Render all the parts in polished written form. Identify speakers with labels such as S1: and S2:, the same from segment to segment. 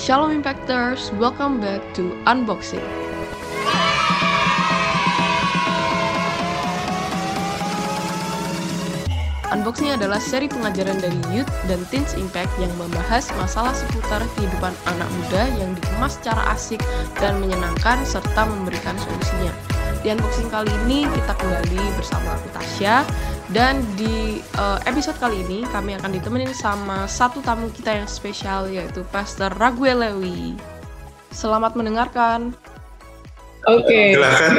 S1: Shalom Impactors, welcome back to Unboxing. Unboxing adalah seri pengajaran dari Youth dan Teens Impact yang membahas masalah seputar kehidupan anak muda yang dikemas secara asik dan menyenangkan serta memberikan solusinya. Di unboxing kali ini kita kembali bersama aku Tasya, dan di episode kali ini kami akan ditemenin sama satu tamu kita yang spesial, yaitu Pastor Raguel Lewi. Selamat mendengarkan.
S2: Oke. Silakan.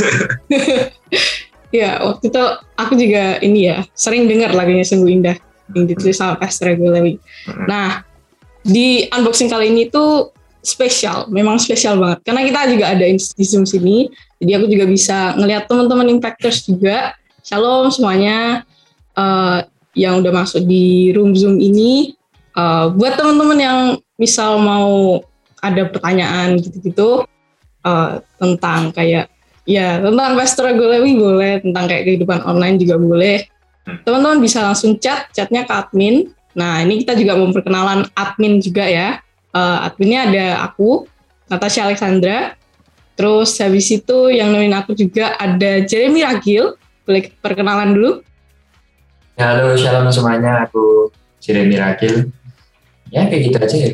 S2: Ya, waktu itu aku juga sering dengar lagunya Sungguh Indah yang ditulis sama Pastor Raguel Lewi. Nah, di unboxing kali ini tuh spesial, memang spesial banget karena kita juga ada di Zoom sini. Jadi aku juga bisa ngelihat teman-teman Impactors juga. Shalom semuanya yang udah masuk di room Zoom ini. Buat teman-teman yang misal mau ada pertanyaan gitu-gitu tentang tentang Pastor Raguel Lewi boleh, tentang kayak kehidupan online juga boleh. Teman-teman bisa langsung chatnya ke admin. Nah, ini kita juga memperkenalan admin juga ya. Adminnya ada aku, Natasha Alexandra. Terus habis itu yang nemenin aku juga ada Jeremy Ragil. Boleh perkenalan dulu?
S3: Ya, halo, shalom semuanya. Aku Jeremy Ragil. Ya, kayak gitu aja ya.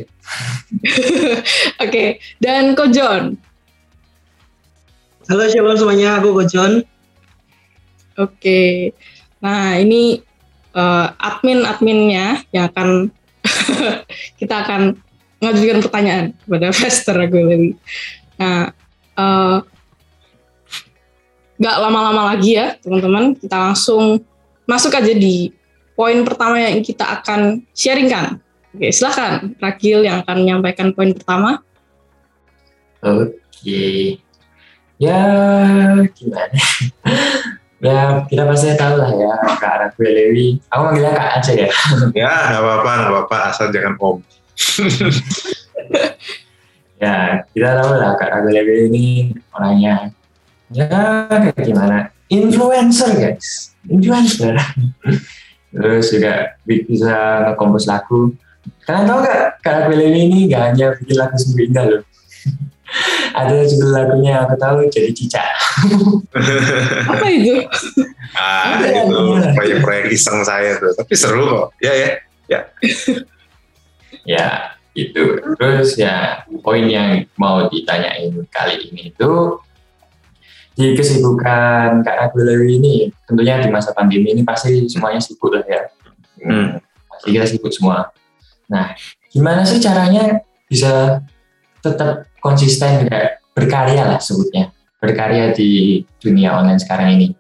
S2: Oke, dan Ko John.
S4: Halo, shalom semuanya. Aku Ko John.
S2: Oke. Nah, ini adminnya yang akan kita akan mengajukan pertanyaan kepada Pastor Raguel Lewi. Nah, nggak lama-lama lagi ya teman-teman, kita langsung masuk aja di poin pertama yang kita akan sharingkan. Oke, silakan Ragil yang akan menyampaikan poin pertama.
S3: Oke, ya gimana? Ya kita pasti tahu lah ya Kak Raguel Lewi. Aku manggilnya Kak aja ya.
S4: Ya, nggak apa-apa, asal jangan Om.
S3: Ya, kita tahu lah Kak Raguel Lewi ini orangnya ya kayak gimana, influencer guys, influencer. Terus juga bisa nge-compose lagu. Kalian tahu gak Kak Raguel Lewi ini gak hanya bikin lagu Sungguh Indah loh. Ada judul lagunya aku tahu, Jadi Cicak.
S2: Apa itu?
S4: Itu proyek-proyek iseng saya tuh, tapi seru kok. Ya.
S3: Ya itu. Terus ya poin yang mau ditanyain kali ini itu di kesibukan Kak Raguel Lewi ini, tentunya di masa pandemi ini pasti semuanya sibuk lah ya. Pasti kita sibuk semua. Nah, gimana sih caranya bisa tetap konsisten kayak berkarya lah sebutnya, berkarya di dunia online sekarang ini?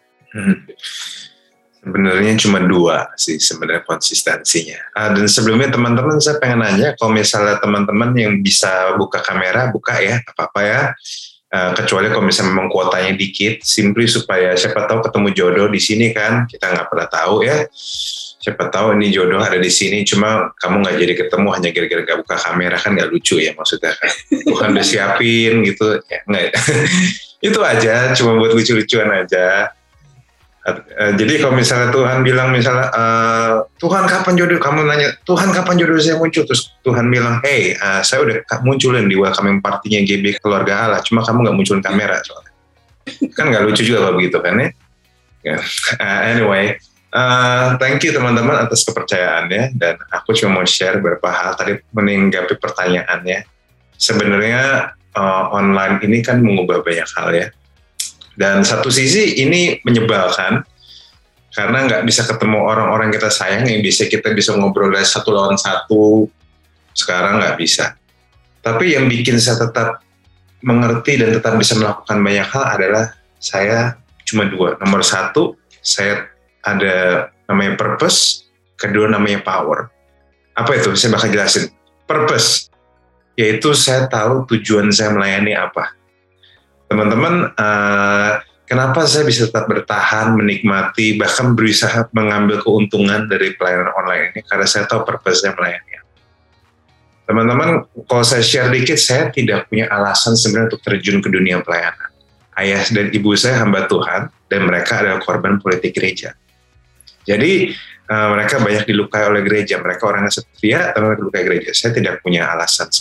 S4: Sebenarnya cuma dua sih sebenarnya konsistensinya. Dan sebelumnya teman-teman saya pengen nanya, kalau misalnya teman-teman yang bisa buka kamera, buka ya, apa-apa ya. Kecuali kalau misalnya memang kuotanya dikit, simply supaya siapa tahu ketemu jodoh di sini kan, kita nggak pernah tahu ya. Siapa tahu ini jodoh ada di sini, cuma kamu nggak jadi ketemu hanya gara-gara nggak buka kamera, kan nggak lucu ya maksudnya kan. Bukan udah siapin gitu, ya nggak. Itu aja, cuma buat lucu-lucuan aja. Jadi kalau misalnya Tuhan bilang misalnya Tuhan kapan jodoh, kamu nanya Tuhan kapan jodoh saya muncul, terus Tuhan bilang hey saya udah munculin di welcoming party-nya GB Keluarga Allah, cuma kamu nggak munculin kamera soalnya. Kan nggak lucu juga kalau begitu kan ya. Anyway, thank you teman-teman atas kepercayaannya, dan aku cuma mau share beberapa hal tadi menanggapi pertanyaannya. Sebenarnya online ini kan mengubah banyak hal ya. Dan satu sisi ini menyebalkan karena nggak bisa ketemu orang-orang kita sayang yang bisa ngobrol dari 1 lawan 1. Sekarang nggak bisa. Tapi yang bikin saya tetap mengerti dan tetap bisa melakukan banyak hal adalah saya cuma 2. Nomor 1, saya ada namanya purpose, kedua namanya power. Apa itu? Saya bakal jelasin. Purpose, yaitu saya tahu tujuan saya melayani apa. Teman-teman, kenapa saya bisa tetap bertahan, menikmati, bahkan berusaha mengambil keuntungan dari pelayanan online ini? Karena saya tahu purpose saya melayani. Teman-teman, kalau saya share dikit, saya tidak punya alasan sebenarnya untuk terjun ke dunia pelayanan. Ayah dan ibu saya hamba Tuhan, dan mereka adalah korban politik gereja. Jadi, mereka banyak dilukai oleh gereja. Mereka orangnya setia, tapi mereka dilukai gereja. Saya tidak punya alasan sebenarnya.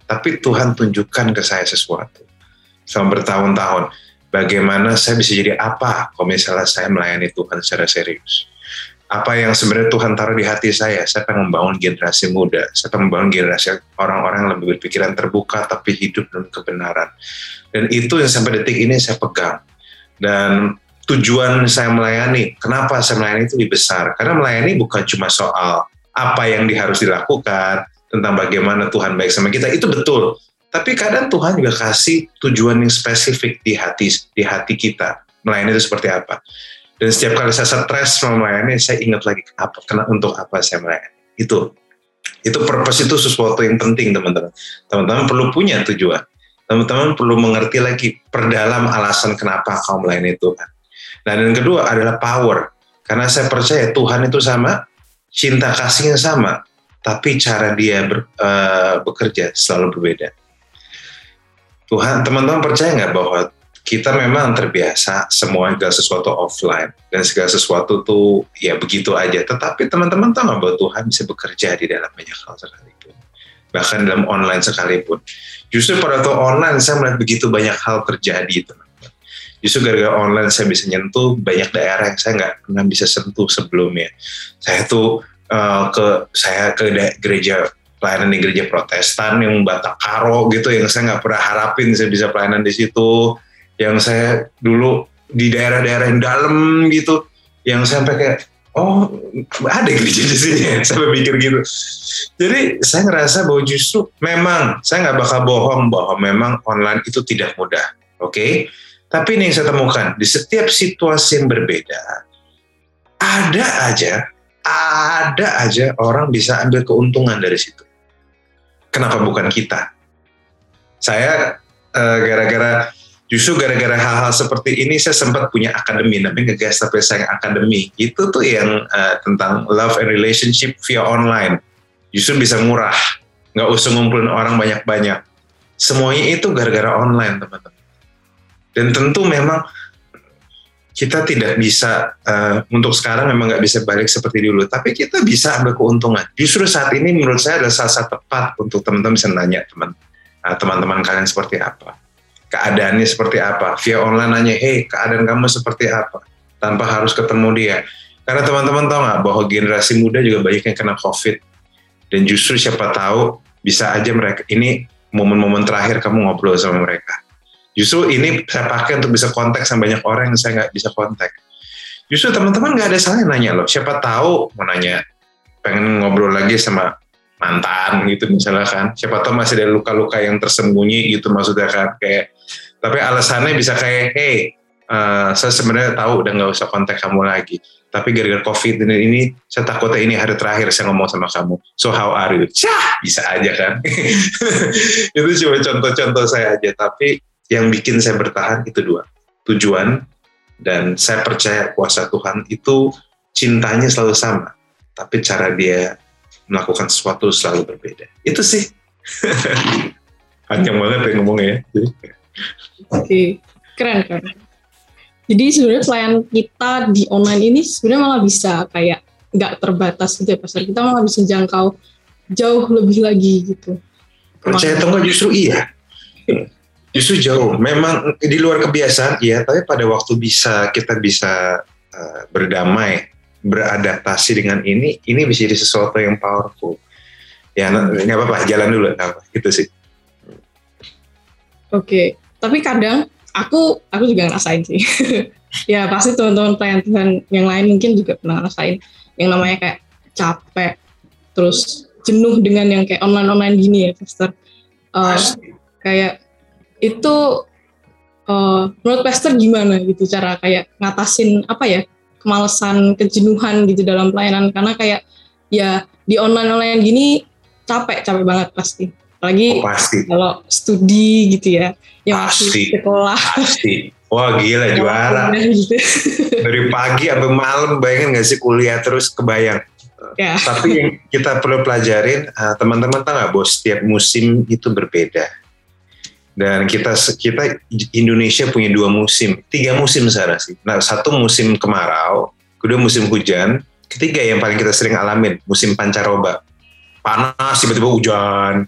S4: tapi Tuhan tunjukkan ke saya sesuatu selama bertahun-tahun. Bagaimana saya bisa jadi apa kalau misalnya saya melayani Tuhan secara serius. Apa yang sebenarnya Tuhan taruh di hati saya pengen membangun generasi muda, saya pengen membangun generasi orang-orang yang lebih berpikiran terbuka tapi hidup dalam kebenaran. Dan itu yang sampai detik ini saya pegang. Dan tujuan saya melayani, kenapa saya melayani itu lebih besar? Karena melayani bukan cuma soal apa yang harus dilakukan, tentang bagaimana Tuhan baik sama kita, itu betul. Tapi kadang Tuhan juga kasih tujuan yang spesifik di hati kita. Melayani itu seperti apa. Dan setiap kali saya stres sama melayani, saya ingat lagi untuk apa saya melayani. Itu purpose itu sesuatu yang penting, teman-teman. Teman-teman perlu punya tujuan. Teman-teman perlu mengerti lagi, perdalam alasan kenapa kau melayani Tuhan. Dan yang kedua adalah power. Karena saya percaya Tuhan itu sama, cinta kasihnya sama, tapi cara dia bekerja selalu berbeda. Tuhan, teman-teman percaya nggak bahwa kita memang terbiasa semua segala sesuatu offline dan segala sesuatu tuh ya begitu aja. Tetapi teman-teman tahu nggak bahwa Tuhan bisa bekerja di dalam banyak hal sekalipun, bahkan dalam online sekalipun. Justru pada waktu online saya melihat begitu banyak hal terjadi, teman-teman. Justru gara-gara online saya bisa nyentuh banyak daerah yang saya nggak pernah bisa sentuh sebelumnya. Saya ke gereja, pelayanan di gereja Protestan yang Batakaro gitu, yang saya nggak pernah harapin saya bisa pelayanan di situ, yang saya dulu di daerah-daerah yang dalam gitu, yang sampai kayak ada gereja di sini, sampai pikir gitu. Jadi saya ngerasa bahwa justru memang saya nggak bakal bohong bahwa memang online itu tidak mudah, oke? Tapi ini yang saya temukan di setiap situasi yang berbeda, ada aja orang bisa ambil keuntungan dari situ. Kenapa bukan kita? Saya justru gara-gara hal-hal seperti ini saya sempat punya akademi, namanya Ngegas Tapi Sayang Akademi. Itu tuh yang tentang love and relationship via online. Justru bisa murah, nggak usah ngumpulin orang banyak-banyak. Semuanya itu gara-gara online, teman-teman. Dan tentu memang kita tidak bisa, untuk sekarang memang nggak bisa balik seperti dulu, tapi kita bisa ambil keuntungan. Justru saat ini menurut saya adalah saat tepat untuk teman-teman bisa nanya teman-teman kalian seperti apa, keadaannya seperti apa, via online nanya, hey keadaan kamu seperti apa, tanpa harus ketemu dia. Karena teman-teman tahu nggak bahwa generasi muda juga banyak yang kena COVID, dan justru siapa tahu bisa aja mereka, ini momen-momen terakhir kamu ngobrol sama mereka. Justru ini saya pakai untuk bisa kontak sama banyak orang yang saya nggak bisa kontak. Justru teman-teman nggak ada salahnya nanya loh. Siapa tahu mau nanya, pengen ngobrol lagi sama mantan gitu misalnya kan. Siapa tahu masih ada luka-luka yang tersembunyi gitu maksudnya kan. Kayak, tapi alasannya bisa kayak, hey, saya sebenarnya tahu udah nggak usah kontak kamu lagi. Tapi gara-gara COVID ini saya takutnya ini hari terakhir saya ngomong sama kamu. So how are you? Bisa aja kan. Itu cuma contoh-contoh saya aja. Tapi yang bikin saya bertahan itu dua, tujuan, dan saya percaya kuasa Tuhan itu cintanya selalu sama, tapi cara dia melakukan sesuatu selalu berbeda. Itu sih. Panjang banget ya ngomongnya ya.
S2: Oke, keren. Jadi sebenarnya pelayan kita di online ini sebenarnya malah bisa kayak nggak terbatas gitu ya, Pastor. Kita malah bisa jangkau jauh lebih lagi gitu.
S4: Percaya atau enggak justru iya. Justru jauh, memang di luar kebiasaan, iya, tapi pada waktu kita bisa berdamai, beradaptasi dengan ini bisa jadi sesuatu yang powerful. Ya, nggak apa-apa, jalan dulu, gitu sih.
S2: Oke, tapi kadang aku juga ngerasain sih. Ya pasti teman-teman pelayan Tuhan yang lain mungkin juga pernah ngerasain yang namanya kayak capek, terus jenuh dengan yang kayak online gini ya, Pastor. Kayak itu menurut Pastor gimana gitu cara kayak ngatasin kemalasan, kejenuhan gitu dalam pelayanan, karena kayak ya di online gini capek banget pasti, apalagi kalau studi gitu ya, masih sekolah.
S4: Pasti. Wah gila juara. Gitu. Dari pagi sampai malam, bayangin nggak sih kuliah terus, kebayang. Ya. Tapi yang kita perlu pelajarin, teman-teman tahu nggak bahwa setiap musim itu berbeda. Dan kita Indonesia punya 2 musim, 3 musim sekarang sih. Nah, 1 musim kemarau, kedua musim hujan, ketiga yang paling kita sering alamin, musim pancaroba. Panas, tiba-tiba hujan.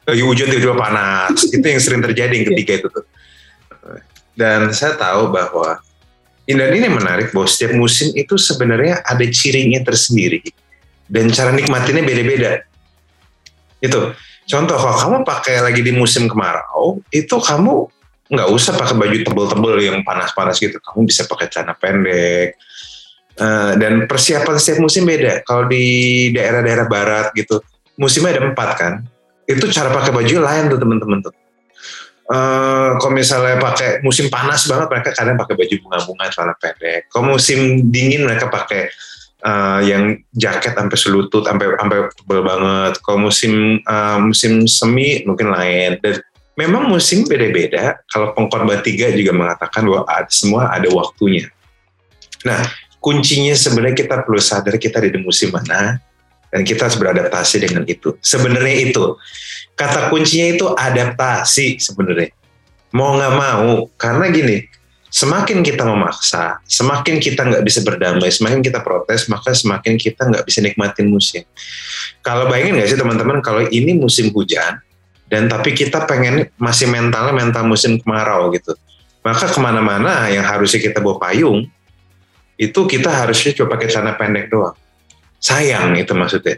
S4: lagi hujan tiba-tiba panas. Itu yang sering terjadi yang ketiga itu tuh. Dan saya tahu bahwa dan ini menarik bahwa setiap musim itu sebenarnya ada cirinya tersendiri dan cara nikmatinnya beda-beda. Itu contoh, kalau kamu pakai lagi di musim kemarau, itu kamu nggak usah pakai baju tebel-tebel yang panas-panas gitu. Kamu bisa pakai celana pendek. Dan persiapan setiap musim beda. Kalau di daerah-daerah barat gitu, musimnya ada 4 kan. Itu cara pakai baju lain tuh teman-teman tuh. Kalau misalnya pakai musim panas banget, mereka kadang pakai baju bunga-bunga, celana pendek. Kalau musim dingin mereka pakai yang jaket sampai selutut, sampai tebal banget. Kalau musim semi mungkin lain. Dan memang musim beda-beda. Kalau Pengkhotbah 3 juga mengatakan bahwa semua ada waktunya. Nah, kuncinya sebenarnya kita perlu sadar kita di musim mana dan kita harus beradaptasi dengan itu. Sebenarnya itu kata kuncinya itu adaptasi sebenarnya. Mau nggak mau, karena gini, semakin kita memaksa, semakin kita nggak bisa berdamai, semakin kita protes, maka semakin kita nggak bisa nikmatin musim. Kalau bayangin nggak sih teman-teman, kalau ini musim hujan, dan tapi kita pengen masih mental musim kemarau gitu, maka kemana-mana yang harusnya kita bawa payung, itu kita harusnya coba pakai celana pendek doang. Sayang itu maksudnya.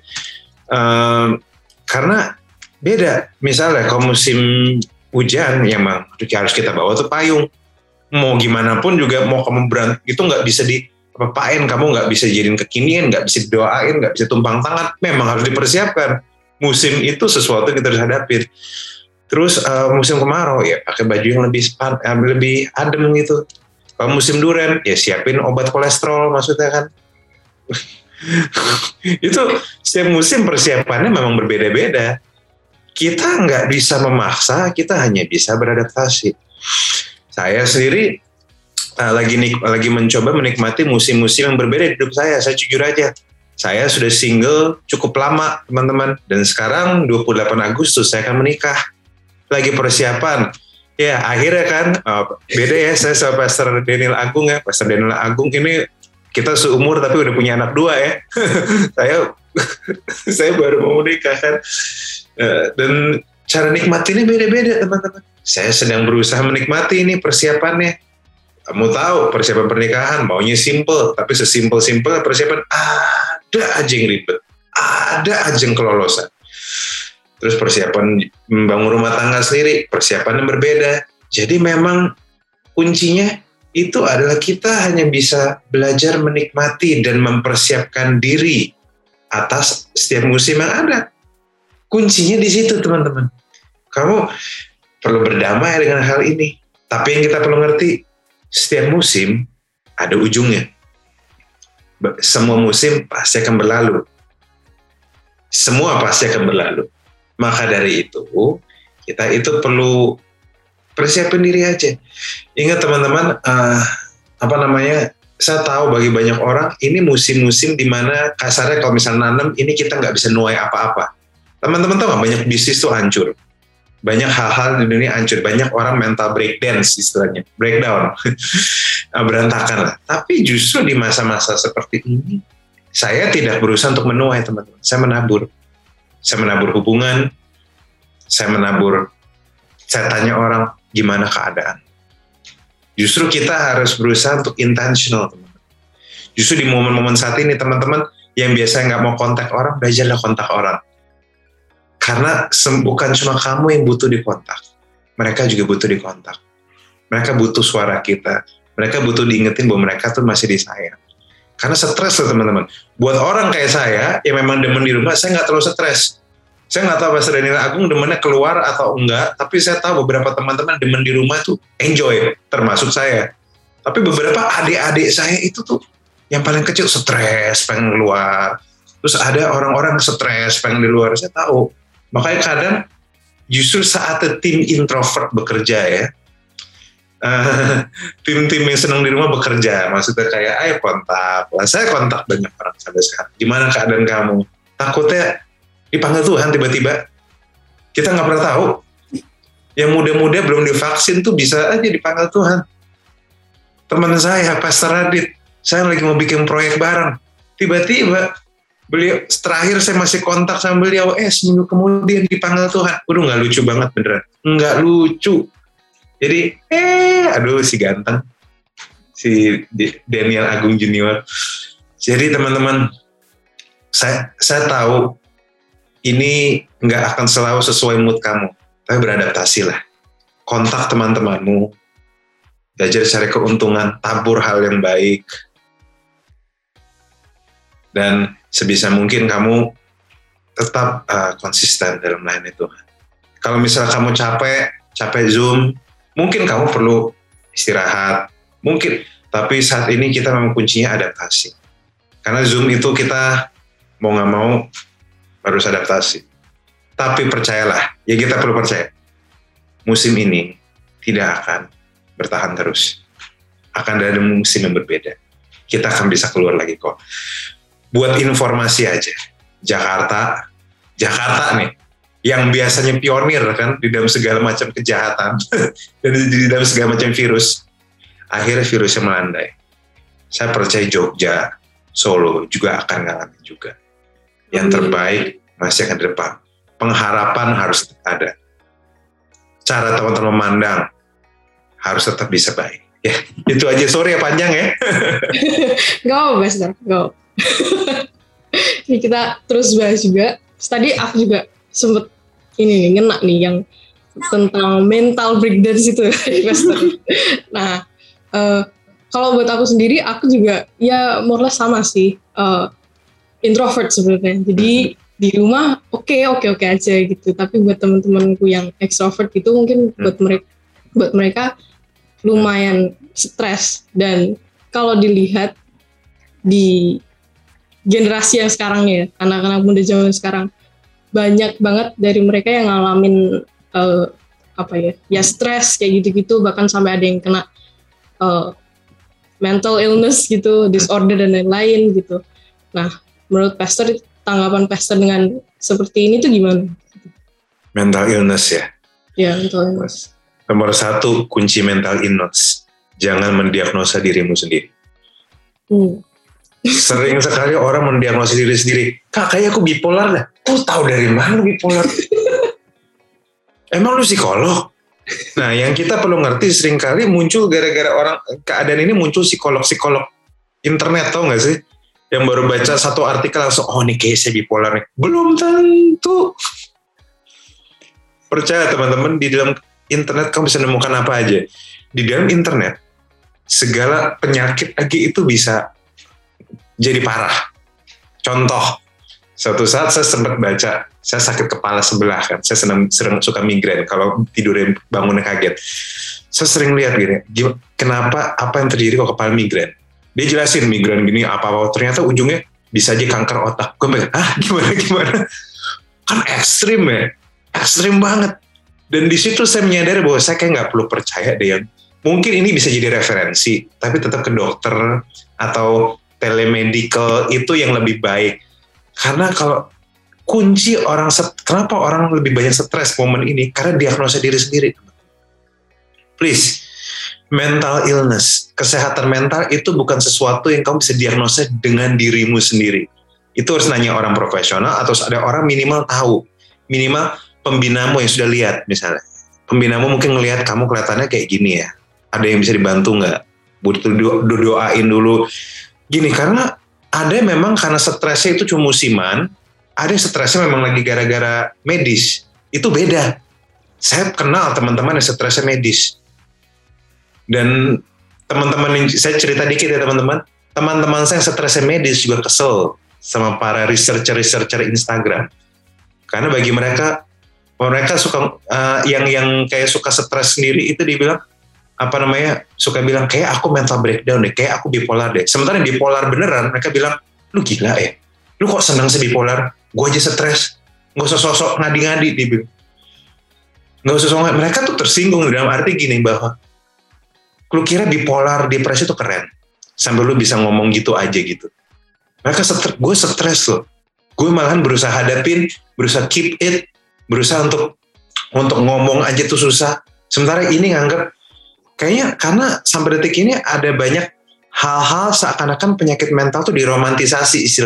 S4: Karena beda, misalnya kalau musim hujan yang harus kita bawa tuh payung. Mau gimana pun juga mau kamu itu nggak bisa diapain, kamu nggak bisa jadiin kekinian, nggak bisa doain, nggak bisa tumpang tangan. Memang harus dipersiapkan. Musim itu sesuatu kita harus hadapin. Terus musim kemarau ya pakai baju yang lebih adem gitu. Kalau musim duren ya siapin obat kolesterol maksudnya kan. Itu setiap musim persiapannya memang berbeda-beda. Kita nggak bisa memaksa, kita hanya bisa beradaptasi. Saya sendiri lagi mencoba menikmati musim-musim yang berbeda di hidup saya. Saya jujur aja, saya sudah single cukup lama teman-teman. Dan sekarang 28 Agustus saya akan menikah. Lagi persiapan. Ya akhirnya kan, beda ya saya sama Pastor Daniel Agung ya. Pastor Daniel Agung ini kita seumur tapi udah punya anak 2 ya. saya baru mau menikah kan. Dan cara nikmatinya beda-beda teman-teman. Saya sedang berusaha menikmati ini persiapannya. Kamu tahu persiapan pernikahan maunya simple, tapi sesimpel-simpel persiapan ada aja yang ribet, ada aja yang kelolosan. Terus persiapan membangun rumah tangga sendiri, persiapannya berbeda. Jadi memang kuncinya itu adalah kita hanya bisa belajar menikmati dan mempersiapkan diri atas setiap musim yang ada. Kuncinya di situ teman-teman. Kamu perlu berdamai dengan hal ini. Tapi yang kita perlu ngerti, setiap musim ada ujungnya. Semua musim pasti akan berlalu. Semua pasti akan berlalu. Maka dari itu, kita itu perlu persiapin diri aja. Ingat teman-teman, saya tahu bagi banyak orang, ini musim-musim dimana kasarnya kalau misalnya nanam, ini kita nggak bisa nuai apa-apa. Teman-teman tahu nggak, banyak bisnis tuh hancur. Banyak hal-hal di dunia hancur. Banyak orang mental breakdance istilahnya. Breakdown. Berantakan lah. Tapi justru di masa-masa seperti ini, saya tidak berusaha untuk menuai teman-teman. Saya menabur. Saya menabur hubungan. Saya tanya orang, gimana keadaan. Justru kita harus berusaha untuk intentional teman-teman. Justru di momen-momen saat ini teman-teman, yang biasanya nggak mau kontak orang, belajarlah kontak orang. Karena bukan cuma kamu yang butuh dikontak. Mereka juga butuh dikontak. Mereka butuh suara kita. Mereka butuh diingetin bahwa mereka tuh masih disayang. Karena stres loh teman-teman. Buat orang kayak saya, yang memang demen di rumah, saya nggak terlalu stres. Saya nggak tahu Pastor Daniel Agung demennya keluar atau enggak, tapi saya tahu beberapa teman-teman demen di rumah tuh enjoy, termasuk saya. Tapi beberapa adik-adik saya itu tuh, yang paling kecil stres, pengen keluar. Terus ada orang-orang stres, pengen di luar, saya tahu. Makanya kadang justru saat tim introvert bekerja ya, tim-tim yang senang di rumah bekerja, maksudnya kayak ayo kontak lah, saya kontak banyak orang sampai sekarang, gimana keadaan kamu, takutnya dipanggil Tuhan tiba-tiba, kita nggak pernah tahu, yang muda-muda belum divaksin tuh bisa aja dipanggil Tuhan. Teman saya Pastor Radit, saya lagi mau bikin proyek bareng, tiba-tiba Beliau terakhir saya masih kontak sama beliau, seminggu kemudian dipanggil Tuhan. Udah nggak lucu banget beneran, nggak lucu. Jadi aduh si ganteng, si Daniel Agung Junior. Jadi teman-teman, saya tahu ini nggak akan selalu sesuai mood kamu, tapi beradaptasilah. Kontak teman-temanmu, belajar cari keuntungan, tabur hal yang baik, dan sebisa mungkin kamu tetap konsisten dalam melayani Tuhan. Kalau misalnya kamu capek Zoom, mungkin kamu perlu istirahat, mungkin. Tapi saat ini kita memang kuncinya adaptasi. Karena Zoom itu kita mau nggak mau harus adaptasi. Tapi percayalah, ya kita perlu percaya, musim ini tidak akan bertahan terus. Akan ada musim yang berbeda. Kita akan bisa keluar lagi kok. Buat informasi aja, Jakarta nih, yang biasanya pionir kan di dalam segala macam kejahatan dan di dalam segala macam virus, akhirnya virusnya melandai. Saya percaya Jogja, Solo juga akan ngalamin juga. Yang terbaik masih akan di depan. Pengharapan harus ada. Cara teman-teman memandang harus tetap bisa baik. Ya, itu aja. Sorry ya panjang ya.
S2: Go, Pastor. Go. Ini kita terus bahas juga. Tadi aku juga sempet ini nih, ngena nih yang tentang mental breakdown itu, Pastor. Nah, kalau buat aku sendiri, aku juga ya more or less sama sih, introvert sebenarnya. Jadi di rumah oke aja gitu. Tapi buat teman-temanku yang extrovert gitu, mungkin buat mereka lumayan stres. Dan kalau dilihat di generasi yang sekarang ya, anak-anak muda zaman sekarang, banyak banget dari mereka yang ngalamin ya stres kayak gitu-gitu, bahkan sampai ada yang kena mental illness gitu, disorder dan lain-lain gitu. Nah, menurut Pastor, tanggapan Pastor dengan seperti ini tuh gimana?
S4: Mental illness ya?
S2: Ya, mental illness.
S4: Nomor 1, kunci mental illness, jangan mendiagnosa dirimu sendiri. Sering sekali orang mendiagnosa diri sendiri. Kak, kayak aku bipolar dah. Kok tahu dari mana bipolar? Emang lu psikolog? Nah, yang kita perlu ngerti seringkali muncul gara-gara orang, keadaan ini muncul psikolog-psikolog internet, tau gak sih? Yang baru baca satu artikel langsung, oh nih kayak saya bipolar nih. Belum tentu. Percaya teman-teman, di dalam internet kamu bisa nemukan apa aja. Di dalam internet, segala penyakit lagi itu bisa jadi parah. Contoh, suatu saat saya sempat baca, saya sakit kepala sebelah kan, saya sering suka migrain kalau tidurnya bangunnya kaget. Saya sering lihat gini, kenapa, apa yang terjadi kalau kepala migrain? Dia jelasin migrain gini apa-apa, ternyata ujungnya bisa aja kanker otak. Gue bilang, gimana? Kan ekstrim ya, ekstrim banget. Dan di situ saya menyadari bahwa saya kayak nggak perlu percaya deh yang mungkin ini bisa jadi referensi, tapi tetap ke dokter atau telemedical itu yang lebih baik. Karena kalau kunci orang, kenapa orang lebih banyak stres momen ini? Karena diagnosa diri sendiri. Please, mental illness, kesehatan mental itu bukan sesuatu yang kamu bisa diagnosa dengan dirimu sendiri. Itu harus nanya orang profesional atau ada orang minimal tahu. Minimal pembinamu yang sudah lihat misalnya. Pembinamu mungkin ngelihat kamu kelihatannya kayak gini ya. Ada yang bisa dibantu nggak? Butuh doain dulu. Gini, karena ada memang karena stresnya itu cuma musiman, ada yang stresnya memang lagi gara-gara medis. Itu beda. Saya kenal teman-teman yang stresnya medis. Dan teman-teman, saya cerita dikit ya teman-teman. Teman-teman saya yang stresnya medis juga kesel sama para researcher Instagram. Karena bagi mereka suka yang kayak suka stres sendiri itu dibilang suka bilang kayak aku mental breakdown deh, kayak aku bipolar deh. Sementara bipolar beneran mereka bilang, lu gila ya, lu kok senang sih bipolar? Gue aja stres, nggak usah sosok ngadi-ngadi, dia bilang. Nggak usah sosok, mereka tuh tersinggung dalam arti gini bahwa lu kira bipolar, depresi tuh keren, sampai lu bisa ngomong gitu aja gitu. Mereka gue stres loh, gue malahan berusaha hadapin, berusaha keep it, berusaha untuk ngomong aja tuh susah. Sementara ini nganggap kayaknya karena sampai detik ini ada banyak hal-hal seakan-akan penyakit mental tuh diromantisasi istilahnya.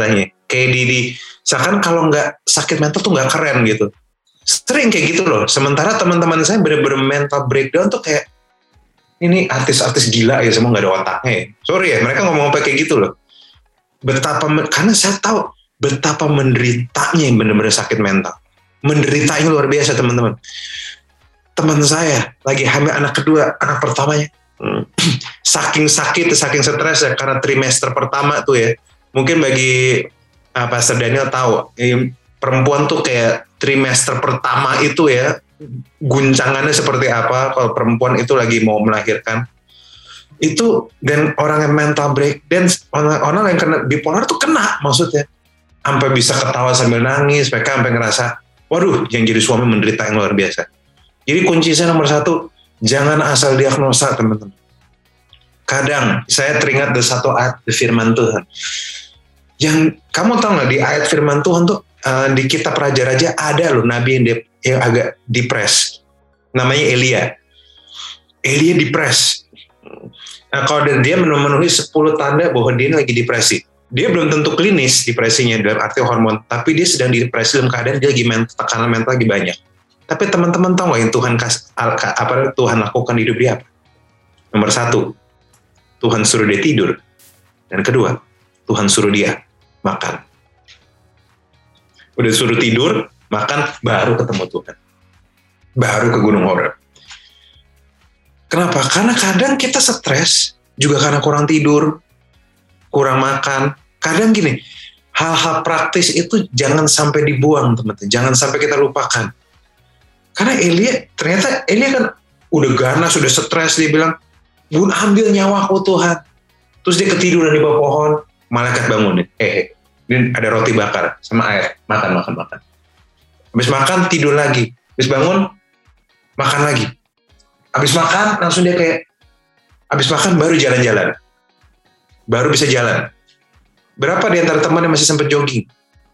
S4: Kayak misalkan kalau nggak sakit mental tuh nggak keren gitu. Sering kayak gitu loh. Sementara teman-teman saya bener-bener mental breakdown tuh kayak, ini artis-artis gila ya, semua nggak ada otaknya ya. Sorry ya, mereka ngomong apa kayak gitu loh. Karena saya tahu betapa menderitanya yang bener-bener sakit mental. Menderitanya luar biasa teman-teman. Teman saya lagi hamil anak kedua, anak pertamanya. Saking sakit, saking stres ya, karena trimester pertama tuh ya. Mungkin bagi Pastor Daniel tahu, perempuan tuh kayak trimester pertama itu ya, guncangannya seperti apa kalau perempuan itu lagi mau melahirkan. Itu, dan orang yang mental breakdown, orang yang kena bipolar tuh kena maksudnya. Sampai bisa ketawa sambil nangis, mereka sampai ngerasa, waduh, yang jadi suami menderita yang luar biasa. Jadi kunci saya nomor 1, jangan asal diagnosa teman-teman. Kadang saya teringat dari satu ayat di firman Tuhan. Yang kamu tahu nggak, di ayat firman Tuhan tuh di kitab Raja-Raja ada loh nabi yang agak depres. Namanya Elia. Elia depres. Nah, kalau dia memenuhi 10 tanda bahwa dia lagi depresi. Dia belum tentu klinis depresinya dalam arti hormon, tapi dia sedang depresi dalam keadaan dia lagi tekanan mental lagi banyak. Tapi teman-teman tahu nggak yang Tuhan lakukan di hidup dia apa? Nomor 1, Tuhan suruh dia tidur. Dan kedua, Tuhan suruh dia makan. Udah suruh tidur, makan, baru ketemu Tuhan. Baru ke Gunung Horeb. Kenapa? Karena kadang kita stres, juga karena kurang tidur, kurang makan. Kadang gini, hal-hal praktis itu jangan sampai dibuang, teman-teman. Jangan sampai kita lupakan. Karena ternyata Elia kan udah ganas, sudah stres, dia bilang, "Bun, ambil nyawaku Tuhan." Terus dia ketiduran di bawah pohon, malaikat bangunin. Ini ada roti bakar sama air, makan. Habis makan tidur lagi, habis bangun makan lagi. Habis makan langsung dia kayak, habis makan baru jalan-jalan, baru bisa jalan. Berapa di antara teman yang masih sempat jogging?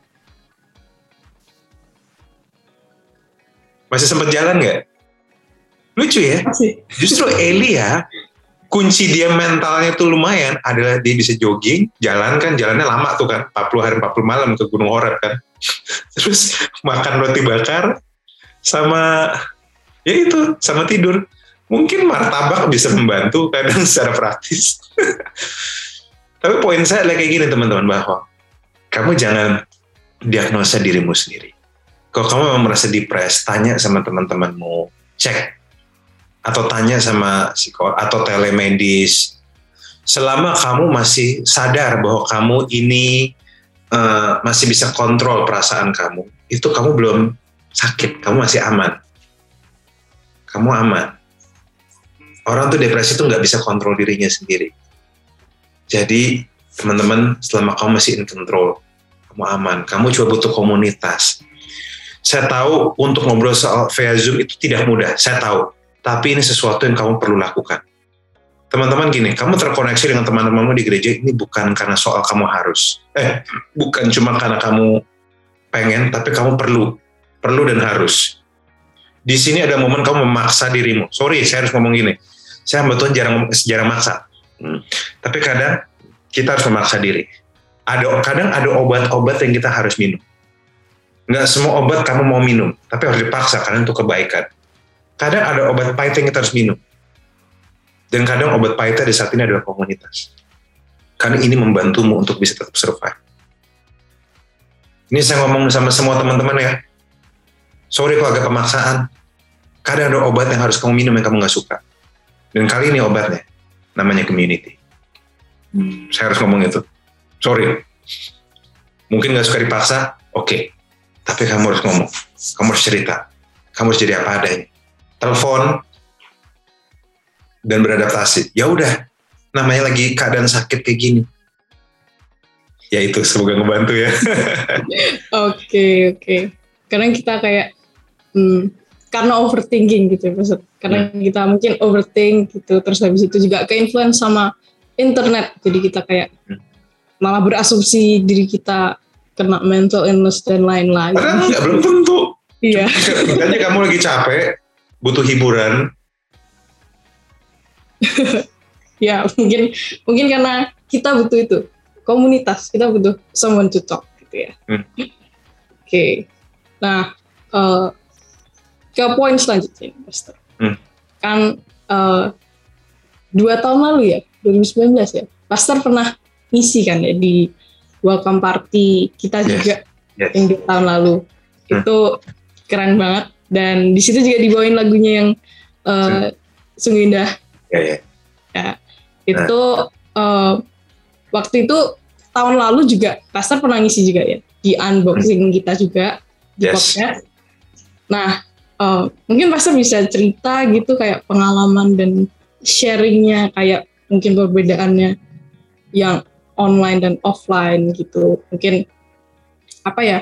S4: Masih sempat jalan nggak? Lucu ya. Justru Elia, kunci dia mentalnya tuh lumayan adalah dia bisa jogging, jalannya lama tuh kan, 40 hari 40 malam ke Gunung Horeb kan. Terus makan roti bakar sama sama tidur. Mungkin martabak bisa membantu kadang secara praktis. Tapi poin saya adalah kayak gini teman-teman, bahwa kamu jangan diagnosa dirimu sendiri. Kalau kamu memang merasa depres, tanya sama teman-temanmu, cek. Atau tanya sama psikolog atau telemedis. Selama kamu masih sadar bahwa kamu ini masih bisa kontrol perasaan kamu, itu kamu belum sakit, kamu masih aman. Kamu aman. Orang tuh depresi tuh nggak bisa kontrol dirinya sendiri. Jadi teman-teman, selama kamu masih in control, kamu aman. Kamu cuma butuh komunitas. Saya tahu untuk ngobrol soal via Zoom itu tidak mudah, saya tahu. Tapi ini sesuatu yang kamu perlu lakukan. Teman-teman gini, kamu terkoneksi dengan teman-temanmu di gereja ini bukan karena soal kamu harus. Bukan cuma karena kamu pengen, tapi kamu perlu dan harus. Di sini ada momen kamu memaksa dirimu. Sorry, saya harus ngomong gini. Saya betul jarang maksa. Tapi kadang kita harus memaksa diri. Kadang ada obat-obat yang kita harus minum. Nggak semua obat kamu mau minum, tapi harus dipaksa karena itu kebaikan. Kadang ada obat pahit yang kita harus minum. Dan kadang obat pahitnya di saat ini adalah komunitas. Karena ini membantumu untuk bisa tetap survive. Ini saya ngomong sama semua teman-teman ya. Sorry kalau agak pemaksaan. Kadang ada obat yang harus kamu minum yang kamu nggak suka. Dan kali ini obatnya namanya community. Saya harus ngomong itu. Sorry. Mungkin nggak suka dipaksa, oke. Tapi kamu harus ngomong. Kamu harus cerita. Kamu harus jadi apa adanya. Telepon dan beradaptasi. Ya udah, namanya lagi keadaan sakit kayak gini. Ya itu, semoga ngebantu ya.
S2: Oke. Kadang kita kayak karena overthinking gitu ya, maksud. Karena kita mungkin overthink gitu, terus habis itu juga ke-influence sama internet. Jadi kita kayak malah berasumsi diri kita kena mental illness dan lain-lain.
S4: Padahal enggak, belum tentu.
S2: Iya.
S4: Makanya kamu lagi capek, butuh hiburan.
S2: Ya, mungkin karena kita butuh itu, komunitas, kita butuh someone to talk. gitu ya. Oke. Nah, ke poin selanjutnya, Pastor. Kan 2 tahun lalu ya, 2019 ya, Pastor pernah ngisi kan ya di welcome party kita juga yang 2 tahun lalu. Itu keren banget, dan di situ juga dibawain lagunya yang sungguh indah. Ya, itu waktu itu tahun lalu juga Pastor pernah ngisi juga ya di unboxing kita juga di podcast. Nah, mungkin Pastor bisa cerita gitu kayak pengalaman dan sharingnya, kayak mungkin perbedaannya yang online dan offline gitu. Mungkin apa ya,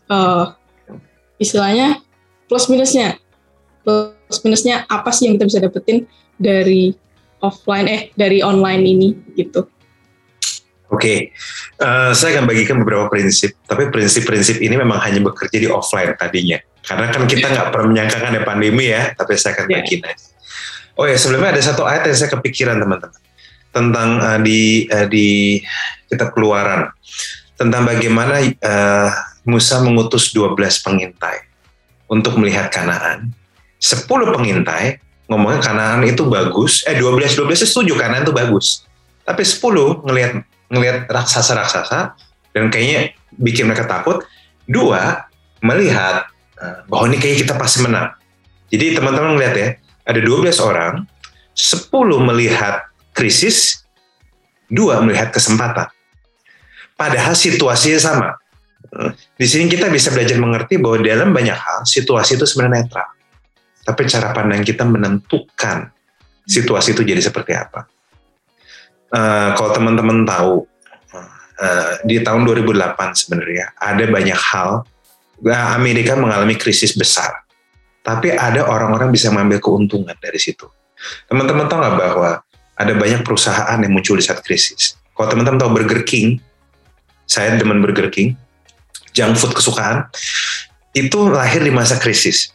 S2: istilahnya plus minusnya apa sih yang kita bisa dapetin dari dari online ini gitu.
S4: Oke, saya akan bagikan beberapa prinsip, tapi prinsip-prinsip ini memang hanya bekerja di offline tadinya. Karena kan kita nggak pernah menyangkakan ada pandemi ya, tapi saya akan bagikan. Oh ya, sebelumnya ada satu ayat yang saya kepikiran teman-teman, tentang di kitab Keluaran, tentang bagaimana Musa mengutus 12 pengintai untuk melihat Kanaan. 10 pengintai ngomongnya Kanaan itu bagus, 12 setuju Kanaan itu bagus, tapi 10 ngelihat raksasa-raksasa dan kayaknya bikin mereka takut. 2 melihat bahwa ini kayaknya kita pasti menang. Jadi teman-teman ngelihat ya, ada 12 orang, 10 melihat krisis, 2 melihat kesempatan. Padahal situasinya sama. Di sini kita bisa belajar mengerti bahwa dalam banyak hal situasi itu sebenarnya netral. Tapi cara pandang kita menentukan situasi itu jadi seperti apa. Kalau teman-teman tahu, di tahun 2008 sebenarnya ada banyak hal, Amerika mengalami krisis besar, tapi ada orang-orang bisa mengambil keuntungan dari situ. Teman-teman tahu nggak bahwa ada banyak perusahaan yang muncul di saat krisis? Kalau teman-teman tahu Burger King, saya demen Burger King, junk food kesukaan, itu lahir di masa krisis.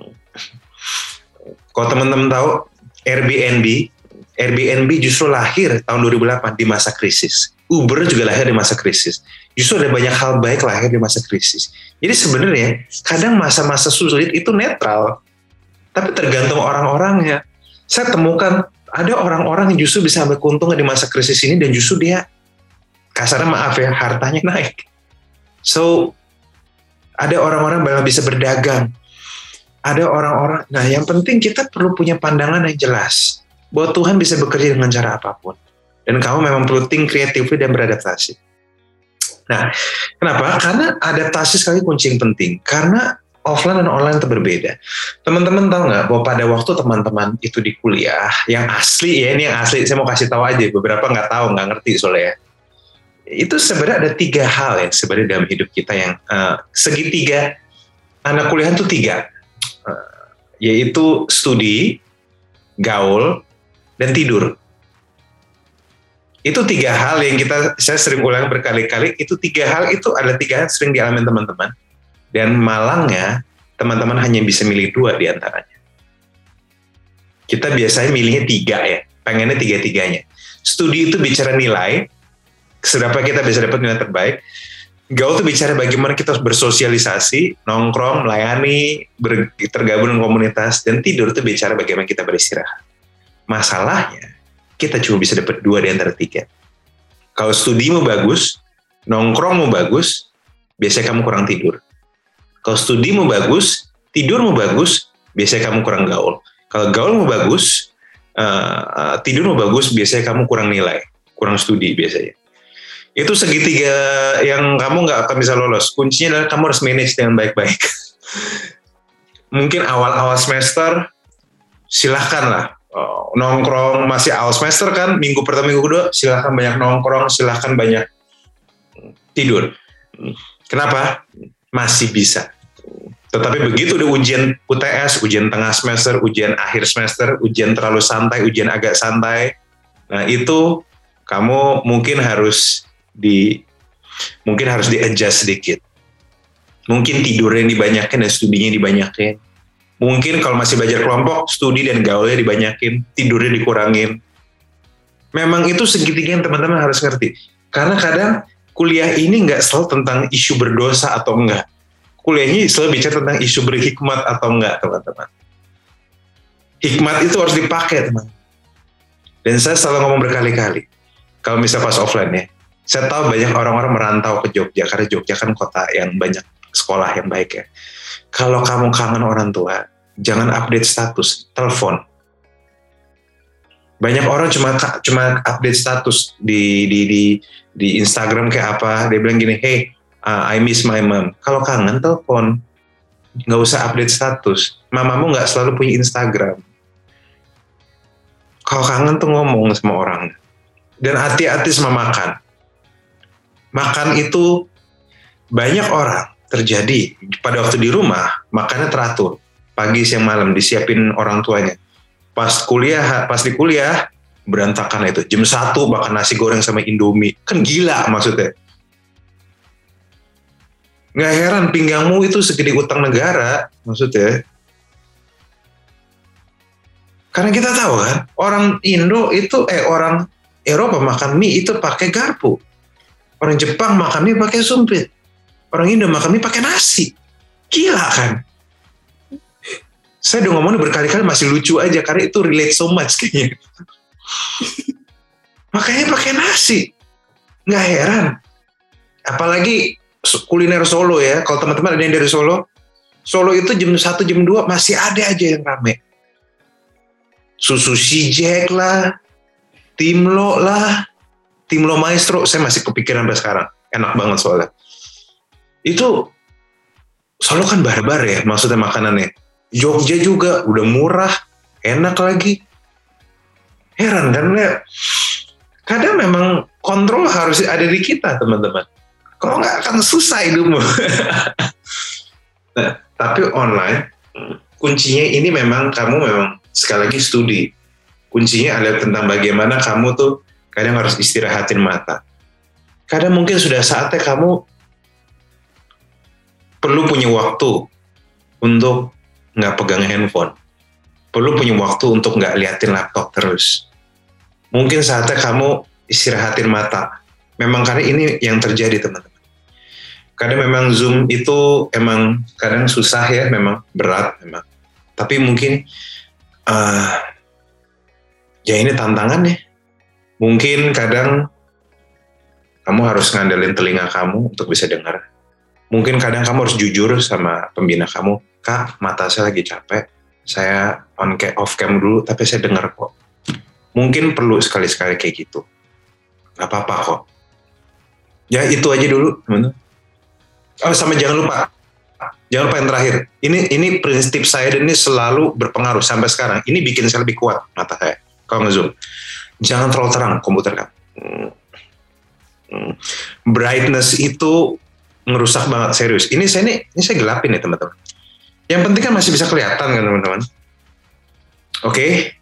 S4: Kalau teman-teman tahu Airbnb justru lahir tahun 2008 di masa krisis. Uber juga lahir di masa krisis. Justru ada banyak hal baik lahir di masa krisis. Jadi sebenarnya kadang masa-masa sulit itu netral, tapi tergantung orang-orangnya. Saya temukan ada orang-orang yang justru bisa ambil keuntungan di masa krisis ini, dan justru dia, kasarnya maaf ya, hartanya naik. So, ada orang-orang yang bisa berdagang. Ada orang-orang, nah yang penting kita perlu punya pandangan yang jelas bahwa Tuhan bisa bekerja dengan cara apapun. Dan kamu memang perlu think creatively dan beradaptasi. Nah, kenapa? Karena adaptasi sekali kunci yang penting. Karena offline dan online itu berbeda. Teman-teman tahu nggak bahwa pada waktu teman-teman itu di kuliah, yang asli ya, ini yang asli, saya mau kasih tahu aja, beberapa nggak tahu, nggak ngerti soalnya. Itu sebenarnya ada 3 hal yang sebenarnya dalam hidup kita yang segitiga anak kuliah itu 3. Yaitu studi, gaul, dan tidur. Itu 3 hal yang saya sering ulang berkali-kali. Itu 3 hal itu adalah 3 hal yang sering dialami teman-teman. Dan malangnya teman-teman hanya bisa milih 2 di antaranya. Kita biasanya milihnya 3 ya, pengennya 3-3-nya. Studi itu bicara nilai, seberapa kita bisa dapat nilai terbaik. Gaul itu bicara bagaimana kita harus bersosialisasi, nongkrong, melayani, tergabung dengan komunitas, dan tidur itu bicara bagaimana kita beristirahat. Masalahnya, kita cuma bisa dapat 2 di antara 3. Kalau studimu bagus, nongkrongmu bagus, biasanya kamu kurang tidur. Kalau studimu bagus, tidurmu bagus, biasanya kamu kurang gaul. Kalau gaulmu bagus, tidurmu bagus, biasanya kamu kurang nilai, kurang studi biasanya. Itu segitiga yang kamu nggak akan bisa lolos. Kuncinya adalah kamu harus manage dengan baik-baik. Mungkin awal-awal semester, silahkanlah nongkrong, masih awal semester kan, minggu pertama, minggu kedua, silahkan banyak nongkrong, silahkan banyak tidur. Kenapa? Masih bisa. Tetapi begitu udah ujian UTS, ujian tengah semester, ujian akhir semester, ujian terlalu santai, ujian agak santai, nah itu kamu mungkin harus di-adjust sedikit. Mungkin tidurnya dibanyakin dan studinya dibanyakin. Mungkin kalau masih belajar kelompok, studi dan gaulnya dibanyakin, tidurnya dikurangin. Memang itu segitiga yang teman-teman harus ngerti. Karena kadang kuliah ini nggak selalu tentang isu berdosa atau enggak. Kuliahnya selalu bicara tentang isu berhikmat atau enggak, teman-teman. Hikmat itu harus dipakai, teman. Dan saya selalu ngomong berkali-kali, kalau misalnya pas offline ya, saya tahu banyak orang-orang merantau ke Jogja, karena Jogja kan kota yang banyak sekolah yang baik ya. Kalau kamu kangen orang tua, jangan update status, telepon. Banyak orang cuma update status di Instagram kayak apa, dia bilang gini, hey, I miss my mom. Kalau kangen, telepon. Nggak usah update status. Mamamu nggak selalu punya Instagram. Kalau kangen tuh ngomong sama orang. Dan hati-hati sama makan. Makan itu banyak orang terjadi pada waktu di rumah, makannya teratur. Pagi, siang, malam disiapin orang tuanya. Pas di kuliah, berantakan itu. Jam 1 makan nasi goreng sama Indomie. Kan gila maksudnya. Nggak heran pinggangmu itu segede utang negara, maksudnya. Karena kita tahu kan, orang Indo itu, orang Eropa makan mie itu pakai garpu. Orang Jepang makan mie pakai sumpit. Orang Indo makan mie pakai nasi. Gila kan? Saya udah ngomongnya berkali-kali masih lucu aja, karena itu relate so much kayaknya. Makanya pakai nasi. Nggak heran. Apalagi kuliner Solo ya, kalau teman-teman ada yang dari Solo itu jam 1, jam 2 masih ada aja yang rame. Susu si Jack lah, Timlo lah, Timlo Maestro, saya masih kepikiran sampai sekarang, enak banget soalnya. Itu Solo kan barbar ya, maksudnya makanannya. Jogja juga udah murah, enak lagi. Heran kan ya? Kadang memang kontrol harus ada di kita, teman-teman. Kalau nggak akan susah hidupmu. Nah, tapi online, kuncinya ini memang kamu memang sekali lagi studi. Kuncinya adalah tentang bagaimana kamu tuh kadang harus istirahatin mata. Kadang mungkin sudah saatnya kamu perlu punya waktu untuk nggak pegang handphone. Perlu punya waktu untuk nggak liatin laptop terus. Mungkin saatnya kamu istirahatin mata. Memang karena ini yang terjadi, teman-teman. Kadang memang Zoom itu emang kadang susah ya, memang berat memang. Tapi mungkin ya ini tantangan ya. Mungkin kadang kamu harus ngandelin telinga kamu untuk bisa dengar. Mungkin kadang kamu harus jujur sama pembina kamu, Kak, mata saya lagi capek, saya off cam dulu, tapi saya dengar kok. Mungkin perlu sekali-sekali kayak gitu. Gak apa-apa kok. Ya itu aja dulu, teman-teman. Oh, sama jangan lupa yang terakhir. Ini prinsip saya dan ini selalu berpengaruh sampai sekarang. Ini bikin saya lebih kuat mata saya kalau nge-zoom. Jangan terlalu terang komputer kamu. Brightness itu ngerusak banget, serius. Ini saya gelapin ya, teman-teman. Yang penting kan masih bisa kelihatan kan, teman-teman. Oke.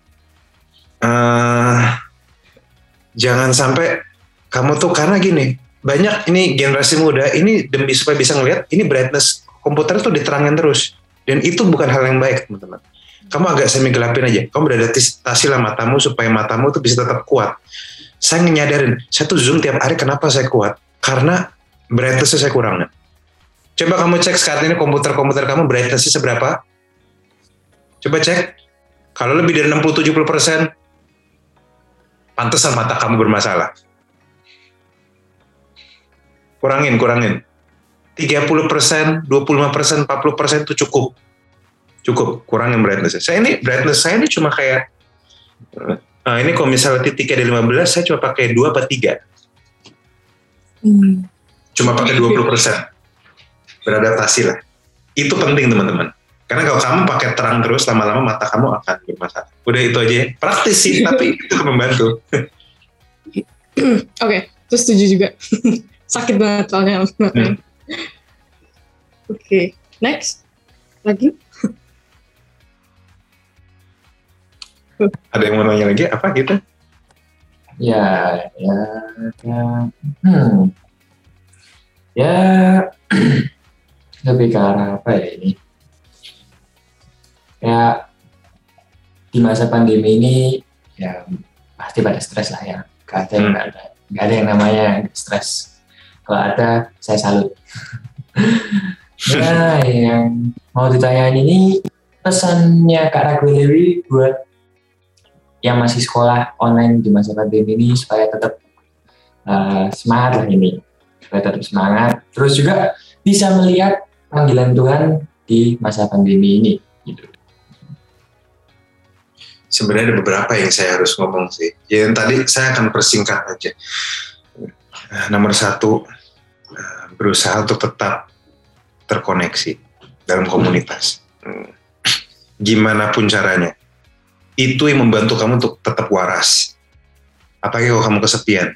S4: Jangan sampai kamu tuh, karena gini, banyak ini generasi muda ini demi supaya bisa ngelihat, ini brightness komputer tuh diterangin terus, dan itu bukan hal yang baik, teman-teman. Kamu agak semi gelapin aja, kamu beradaptasilah matamu supaya matamu tuh bisa tetap kuat. Saya nyadarin, saya tuh zoom tiap hari, kenapa saya kuat? Karena brightness-nya saya kurangin. Coba kamu cek saat ini komputer kamu brightness-nya seberapa? Coba cek. Kalau lebih dari 60-70%, pantesan mata kamu bermasalah. Kurangin. 30%, 25%, 40% itu cukup. Kurangin brightness. Brightness saya ini cuma kayak, ini kalau misalnya titiknya ada 15, saya cuma pakai 2 atau 3. Cuma pakai 20%. Beradaptasi lah. Itu penting, teman-teman. Karena kalau kamu pakai terang terus, lama-lama mata kamu akan bermasalah. Udah itu aja. Praktis sih, tapi itu membantu.
S2: Oke, terus setuju juga. Sakit banget soalnya. Oke, next. Lagi?
S4: Ada yang mau nanya lagi? Apa gitu?
S3: Ya, lebih ke arah apa ya ini? Ya, di masa pandemi ini ya pasti pada stres lah ya. Gak ada yang namanya stres. Kalau ada, saya salut. Nah, yang mau ditanyain ini pesannya Kak Ragulewi buat yang masih sekolah online di masa pandemi ini supaya tetap semangat lah ini, supaya tetap semangat. Terus juga bisa melihat panggilan Tuhan di masa pandemi ini. Gitu.
S4: Sebenarnya ada beberapa yang saya harus ngomong sih. Yang tadi saya akan persingkat aja. Nomor 1, berusaha untuk tetap terkoneksi dalam komunitas. Gimana pun caranya. Itu yang membantu kamu untuk tetap waras. Apalagi kalau kamu kesepian.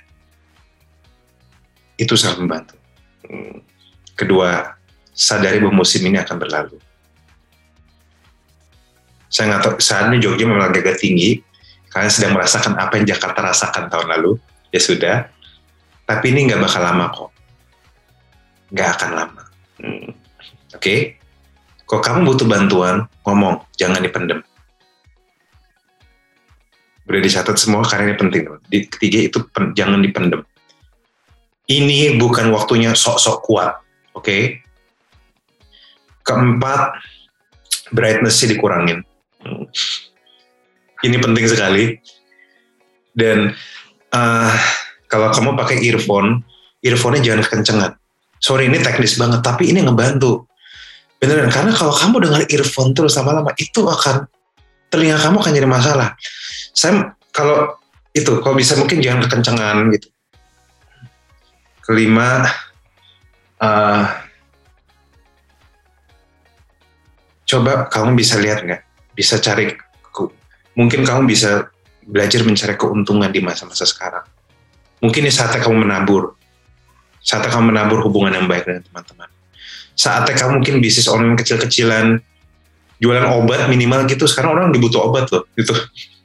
S4: Itu sangat membantu. Kedua, sadari bahwa musim ini akan berlalu. Saya nggak tahu, saat ini Jogja memang agak tinggi. Kalian sedang merasakan apa yang Jakarta rasakan tahun lalu. Ya sudah. Tapi ini nggak bakal lama kok. Nggak akan lama. Oke? Kalau kamu butuh bantuan, ngomong. Jangan dipendem. Boleh dicatat semua karena ini penting. Ketiga itu jangan dipendem. Ini bukan waktunya sok-sok kuat. Oke? Keempat, brightness-nya dikurangin. Ini penting sekali. Dan kalau kamu pakai earphone-nya jangan kencengan. Sorry, ini teknis banget, tapi ini ngebantu. Beneran, karena kalau kamu dengar earphone terus lama-lama, itu akan, telinga kamu akan jadi masalah. Kalau bisa mungkin jangan kekencengan gitu. Kelima, coba kamu bisa lihat nggak? Bisa cari, mungkin kamu bisa belajar mencari keuntungan di masa-masa sekarang. Mungkin ini saatnya kamu menabur. Saatnya kamu menabur hubungan yang baik dengan teman-teman. Saatnya kamu mungkin bisnis online kecil-kecilan, jualan obat minimal gitu. Sekarang orang dibutuh obat loh, gitu.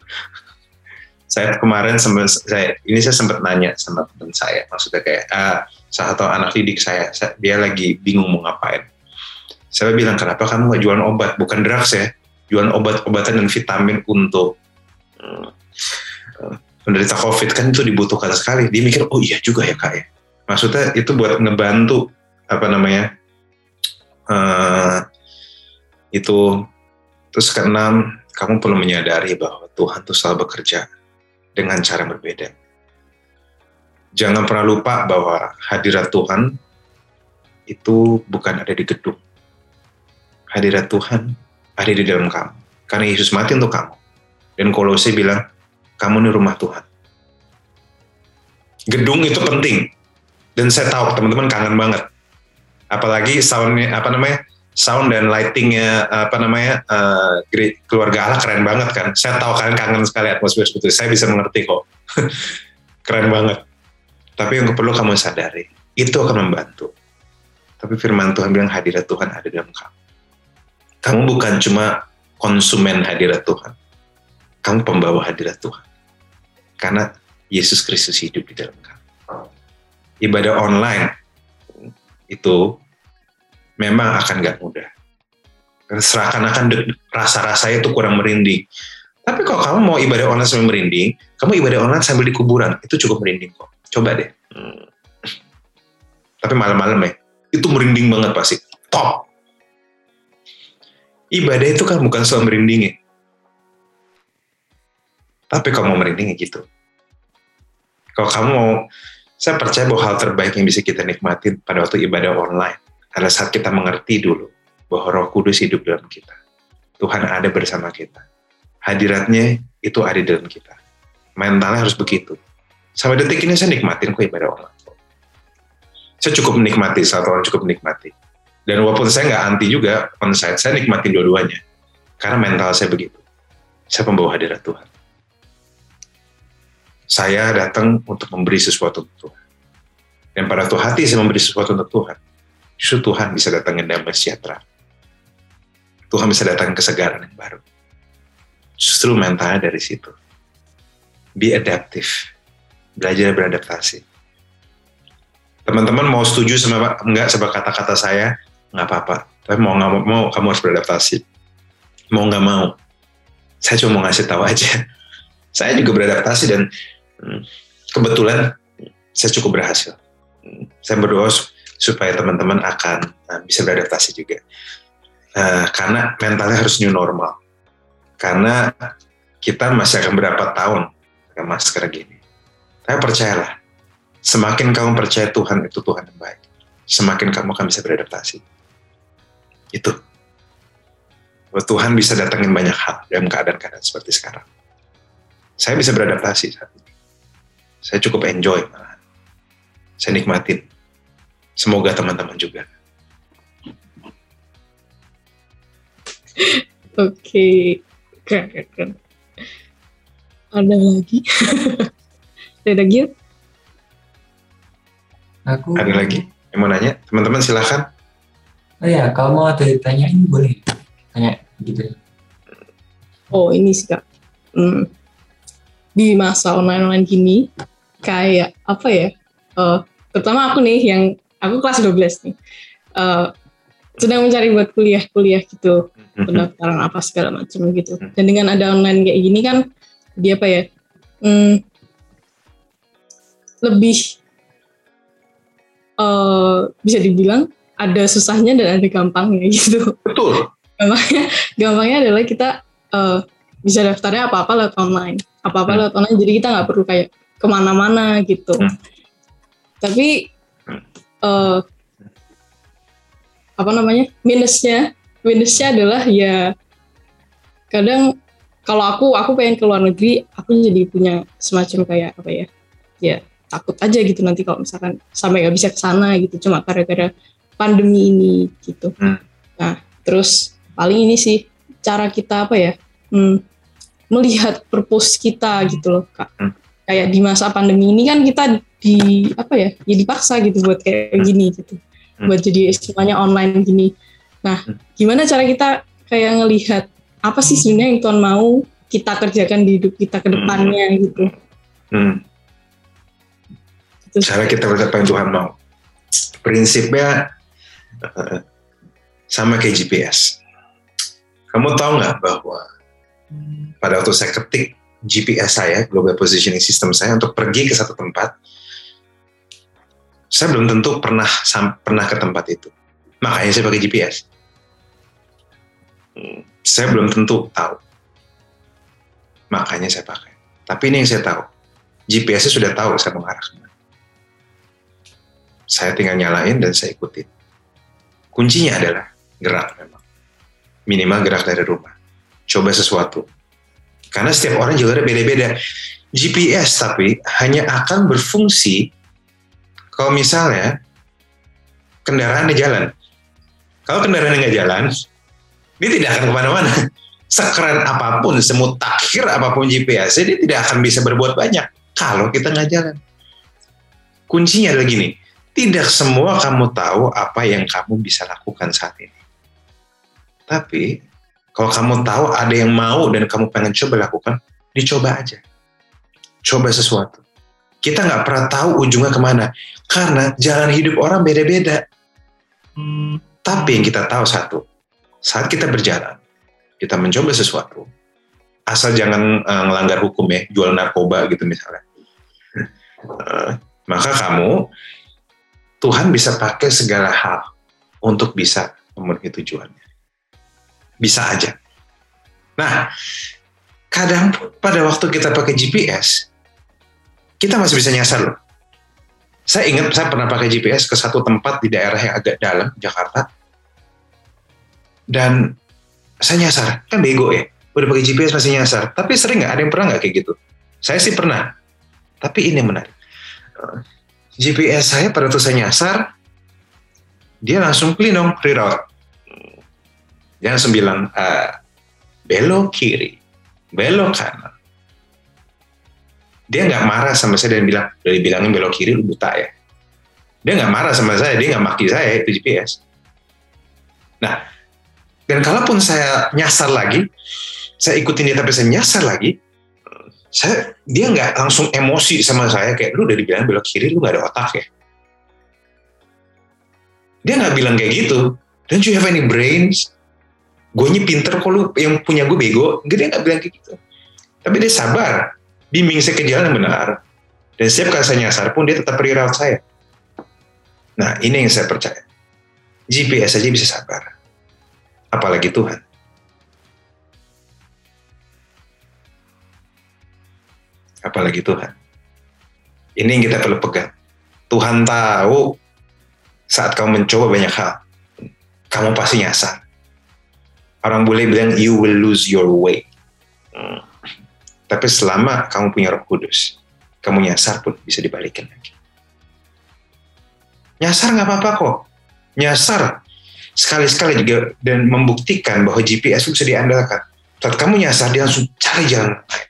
S4: Saya kemarin saya sempat nanya sama teman saya, maksudnya kayak salah satu anak didik saya, dia lagi bingung mau ngapain. Saya bilang, kenapa kamu nggak jualan obat, bukan drugs ya, jualan obat-obatan dan vitamin untuk penderita COVID, kan itu dibutuhkan sekali. Dia mikir, oh iya juga ya Kak ya. Maksudnya itu buat ngebantu itu. Terus keenam, kamu perlu menyadari bahwa Tuhan tuh selalu bekerja dengan cara berbeda. Jangan pernah lupa bahwa hadirat Tuhan itu bukan ada di gedung. Hadirat Tuhan ada di dalam kamu. Karena Yesus mati untuk kamu. Dan Kolose bilang, kamu ini rumah Tuhan. Gedung itu penting. Dan saya tahu teman-teman kangen banget. Apalagi soundnya, sound dan lightingnya, keluarga Allah keren banget kan. Saya tahu kalian kangen sekali atmosfer seperti itu. Saya bisa mengerti kok. Keren banget. Tapi yang perlu kamu sadari, itu akan membantu. Tapi firman Tuhan bilang hadirat Tuhan ada dalam kamu. Kamu bukan cuma konsumen hadirat Tuhan. Kamu pembawa hadirat Tuhan. Karena Yesus Kristus hidup di dalam kamu. Ibadah online itu memang akan gak mudah. Seakan-akan rasa-rasanya itu kurang merinding. Tapi kalau kamu mau ibadah online sambil merinding, kamu ibadah online sambil di kuburan, itu cukup merinding kok. Coba deh. Tapi malam-malam ya, itu merinding banget pasti. Top. Ibadah itu kan bukan soal merinding ya. Tapi kalau mau merinding ya gitu. Kalau kamu mau, saya percaya bahwa hal terbaik yang bisa kita nikmatin pada waktu ibadah online adalah saat kita mengerti dulu bahwa Roh Kudus hidup dalam kita. Tuhan ada bersama kita. Hadiratnya itu ada dalam kita. Mentalnya harus begitu. Sampai detik ini saya nikmatin kok ibadah online. Saya cukup menikmati, satu orang cukup menikmati. Dan walaupun saya nggak anti juga onsite, saya nikmatin dua-duanya. Karena mental saya begitu. Saya pembawa hadirat Tuhan. Saya datang untuk memberi sesuatu untuk Tuhan. Dan pada suatu hati saya memberi sesuatu untuk Tuhan. Justru Tuhan bisa datangin damai sejahtera. Tuhan bisa datangin kesegaran yang baru. Justru mentalnya dari situ. Be adaptive. Belajar beradaptasi. Teman-teman mau setuju sama enggak sama kata-kata saya, nggak apa-apa. Tapi mau nggak mau, kamu harus beradaptasi. Mau nggak mau. Saya cuma mau ngasih tahu aja. Saya juga beradaptasi dan kebetulan saya cukup berhasil. Saya berdoa supaya teman-teman akan bisa beradaptasi juga. Karena mentalnya harus new normal. Karena kita masih akan berapa tahun pakai masker gini. Tapi percayalah, semakin kamu percaya Tuhan itu Tuhan yang baik, semakin kamu akan bisa beradaptasi. Itu. Tuhan bisa datangin banyak hal dalam keadaan-keadaan seperti sekarang. Saya bisa beradaptasi saat ini. Saya cukup enjoy malahan. Saya nikmatin. Semoga teman-teman juga.
S2: Oke. Keren. Ada lagi? Ada lagi?
S4: Ada lagi yang mau nanya? Teman-teman silakan.
S3: Oh ya, kalau mau ada ditanyain boleh tanya gitu.
S2: Oh ini sih Kak, di masa online gini kayak apa ya? Pertama aku nih aku kelas 12 nih, sedang mencari buat kuliah gitu, pendaftaran apa segala macam gitu. Dan dengan ada online kayak gini kan, dia apa ya? Lebih bisa dibilang ada susahnya dan ada gampangnya gitu.
S4: Betul.
S2: Gampangnya adalah kita bisa daftarnya apa-apa lewat online. Jadi kita nggak perlu kayak kemana-mana gitu. Tapi minusnya adalah ya kadang kalau aku pengen ke luar negeri, aku jadi punya semacam kayak apa ya takut aja gitu nanti kalau misalkan sampai nggak bisa ke sana gitu cuma gara-gara pandemi ini gitu. Nah terus paling ini sih cara kita melihat purpose kita gitu loh Kak. Kayak di masa pandemi ini kan kita dipaksa gitu buat kayak gini gitu. Buat jadi semuanya online gini. Nah, gimana cara kita kayak ngelihat apa sih sebenarnya yang Tuhan mau kita kerjakan di hidup kita ke depannya gitu.
S4: Cara kita berkata apa yang Tuhan mau. Prinsipnya sama kayak GPS. Kamu tahu nggak bahwa pada waktu saya ketik GPS saya, Global Positioning System saya untuk pergi ke satu tempat, saya belum tentu pernah ke tempat itu. Makanya saya pakai GPS. Saya belum tentu tahu. Makanya saya pakai. Tapi ini yang saya tahu. GPS-nya sudah tahu saya mengarah kemana. Saya tinggal nyalain dan saya ikutin. Kuncinya adalah gerak memang. Minimal gerak dari rumah. Coba sesuatu. Karena setiap orang juga beda-beda. GPS tapi hanya akan berfungsi kalau misalnya kendaraan di jalan. Kalau kendaraan nggak jalan, dia tidak akan kemana-mana. Sekeren apapun, semutakhir apapun GPS, dia tidak akan bisa berbuat banyak kalau kita nggak jalan. Kuncinya adalah gini, tidak semua kamu tahu apa yang kamu bisa lakukan saat ini. Tapi kalau kamu tahu ada yang mau dan kamu pengen coba lakukan, dicoba aja. Coba sesuatu. Kita nggak pernah tahu ujungnya kemana. Karena jalan hidup orang beda-beda. Tapi yang kita tahu satu, saat kita berjalan, kita mencoba sesuatu, asal jangan melanggar hukum ya, jual narkoba gitu misalnya. Maka Tuhan bisa pakai segala hal untuk bisa memenuhi tujuannya. Bisa aja. Nah, kadang pada waktu kita pakai GPS, kita masih bisa nyasar loh. Saya ingat saya pernah pakai GPS ke satu tempat di daerah yang agak dalam, Jakarta. Dan saya nyasar, kan bego ya. Udah pakai GPS masih nyasar. Tapi sering nggak? Ada yang pernah nggak kayak gitu? Saya sih pernah. Tapi ini yang menarik. GPS saya pada waktu saya nyasar, dia langsung clean dong, reroute. Dia langsung bilang, belok kiri, belok kanan. Dia nggak marah sama saya dan dibilangin belok kiri lu buta ya. Dia nggak marah sama saya, dia nggak maki saya itu GPS. Nah, dan kalaupun saya nyasar lagi, saya ikutin dia tapi saya nyasar lagi, dia nggak langsung emosi sama saya kayak lu udah dibilang belok kiri lu nggak ada otak ya. Dia nggak bilang kayak gitu. Don't you have any brains? Gue pinter kok lu yang punya gue bego. Dia nggak bilang kayak gitu. Tapi dia sabar, bimbing saya ke jalan yang benar. Dan setiap kali saya nyasar pun dia tetap reroute saya. Nah, ini yang saya percaya. GPS aja bisa sabar. Apalagi Tuhan. Apalagi Tuhan. Ini yang kita perlu pegang. Tuhan tahu saat kamu mencoba banyak hal, kamu pasti nyasar. Orang boleh bilang you will lose your way. Tapi selama kamu punya Roh Kudus, kamu nyasar pun bisa dibalikin lagi. Nyasar nggak apa-apa kok. Nyasar sekali-sekali juga dan membuktikan bahwa GPS itu bisa diandalkan. Saat kamu nyasar, dia langsung cari jalan lain.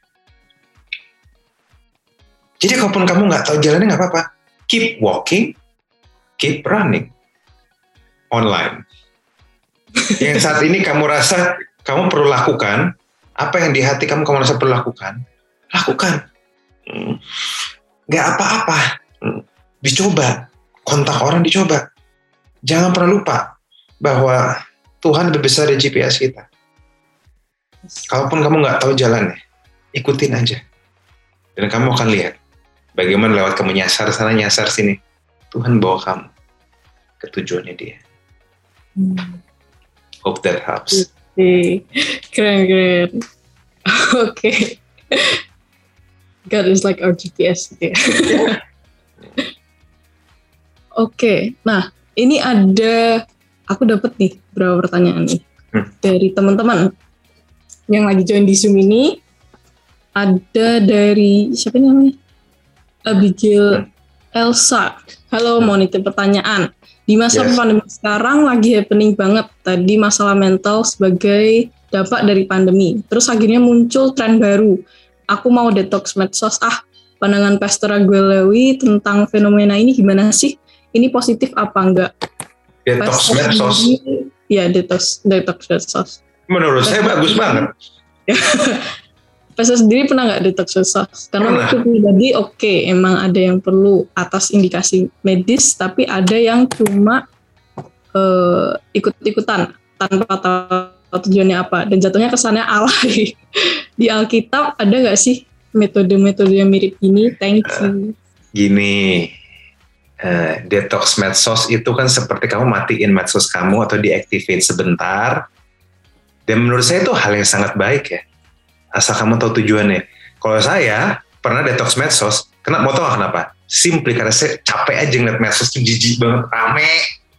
S4: Jadi kalaupun kamu nggak tahu jalannya nggak apa-apa. Keep walking, keep running. Online. Yang saat ini kamu rasa kamu perlu lakukan, apa yang di hati kamu rasa perlu lakukan, lakukan. Nggak apa-apa. Dicoba. Kontak orang dicoba. Jangan pernah lupa bahwa Tuhan lebih besar dari GPS kita. Kalaupun kamu nggak tahu jalannya, ikutin aja. Dan kamu akan lihat bagaimana lewat kamu nyasar sana, nyasar sini, Tuhan bawa kamu ke tujuannya Dia. Hope that helps.
S2: Keren. Oke. God is like our GPS. Oke. Nah, ini aku dapat nih beberapa pertanyaan nih dari teman-teman yang lagi join di Zoom ini. Ada dari siapa namanya? Abigail Elsa. Halo, mau nitip pertanyaan. Di masa pandemi sekarang lagi happening banget. Tadi masalah mental sebagai dampak dari pandemi. Terus akhirnya muncul tren baru. Aku mau detox medsos. Pandangan Pastor Aguilewi tentang fenomena ini gimana sih? Ini positif apa enggak?
S4: Detox medsos?
S2: Iya, detox medsos.
S4: Menurut saya bagus banget.
S2: Pastor sendiri pernah nggak detox medsos? Karena aku pribadi emang ada yang perlu atas indikasi medis, tapi ada yang cuma ikut-ikutan tanpa tahu tujuannya apa, dan jatuhnya kesannya alay. Di Alkitab ada nggak sih metode-metode yang mirip ini? Thank you.
S4: Gini, detox medsos itu kan seperti kamu matiin medsos kamu atau deactivate sebentar. Dan menurut saya itu hal yang sangat baik ya. Asal kamu tahu tujuannya. Kalau saya pernah detox medsos, mau tahu kenapa? Simply karena saya capek aja ngeliat medsos itu jijik banget, rame.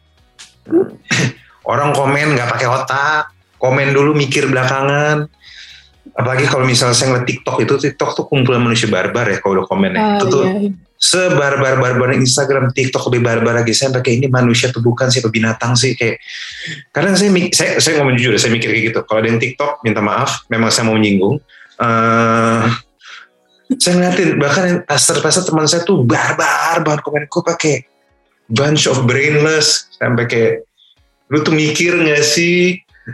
S4: Orang komen nggak pakai otak, komen dulu mikir belakangan. Apalagi kalau misalnya saya ngeliat TikTok tuh kumpulan manusia barbar ya kalau udah komen ya. Itu tuh sebarbar-barbar Instagram, TikTok lebih barbar lagi. Saya pakai ini manusia tuh bukan siapa binatang sih, kayak kadang saya ngomong jujur, saya mikir kayak gitu. Kalau ada yang TikTok, minta maaf, memang saya mau menyinggung. Saya ngeliatin bahkan pastor teman saya tuh barbar banget komenku pakai bunch of brainless, sampai kayak lu tuh mikir nggak sih?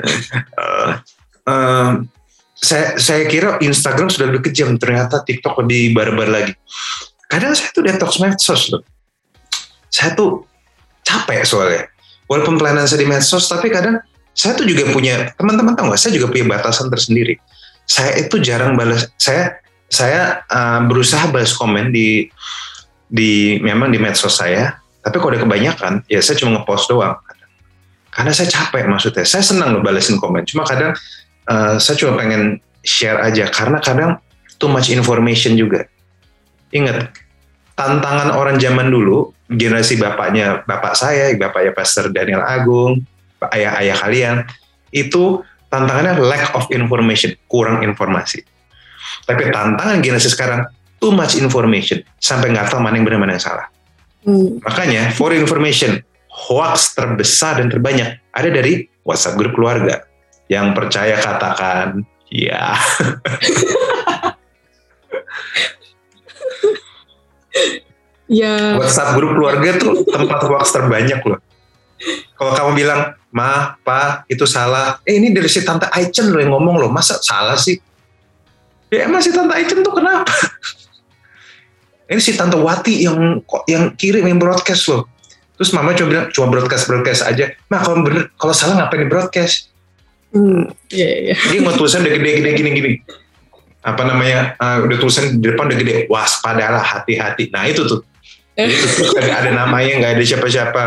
S4: Saya kira Instagram sudah lebih kejam, ternyata TikTok lebih barbar lagi. Kadang saya tuh detox medsos loh. Saya tuh capek soalnya. Walaupun pelayanan saya di medsos, tapi kadang saya tuh juga punya, teman-teman tahu nggak, saya juga punya batasan tersendiri. Saya itu jarang balas, saya berusaha balas komen memang di medsos saya, tapi kalau udah kebanyakan, ya saya cuma ngepost doang. Karena saya capek maksudnya. Saya senang loh balasin komen, cuma kadang saya cuma pengen share aja, karena kadang too much information juga. Ingat, tantangan orang zaman dulu, generasi bapak saya, bapaknya Pastor Daniel Agung, ayah kalian, itu tantangannya lack of information, kurang informasi. Tapi tantangan generasi sekarang, too much information, sampai nggak tahu mana yang benar, mana yang salah. Makanya, for information, hoax terbesar dan terbanyak ada dari WhatsApp grup keluarga. Yang percaya katakan, ya.
S2: Ya.
S4: WhatsApp grup keluarga tuh tempat hoax terbanyak loh. Kalau kamu bilang, Ma, Pa, itu salah. Ini dari si Tante Aichen loh yang ngomong loh. Masa salah sih? Ya emang si Tante Aichen tuh kenapa? Ini si Tante Wati yang kirim, yang broadcast loh. Terus Mama cuma bilang, cuma broadcast aja. Ma, kalau salah ngapain di broadcast? Dia mau tulisan udah gede gini. Apa namanya, udah tulisan di depan udah gede, waspadalah, hati-hati. Nah itu tuh, Terus ada namanya, nggak ada siapa-siapa.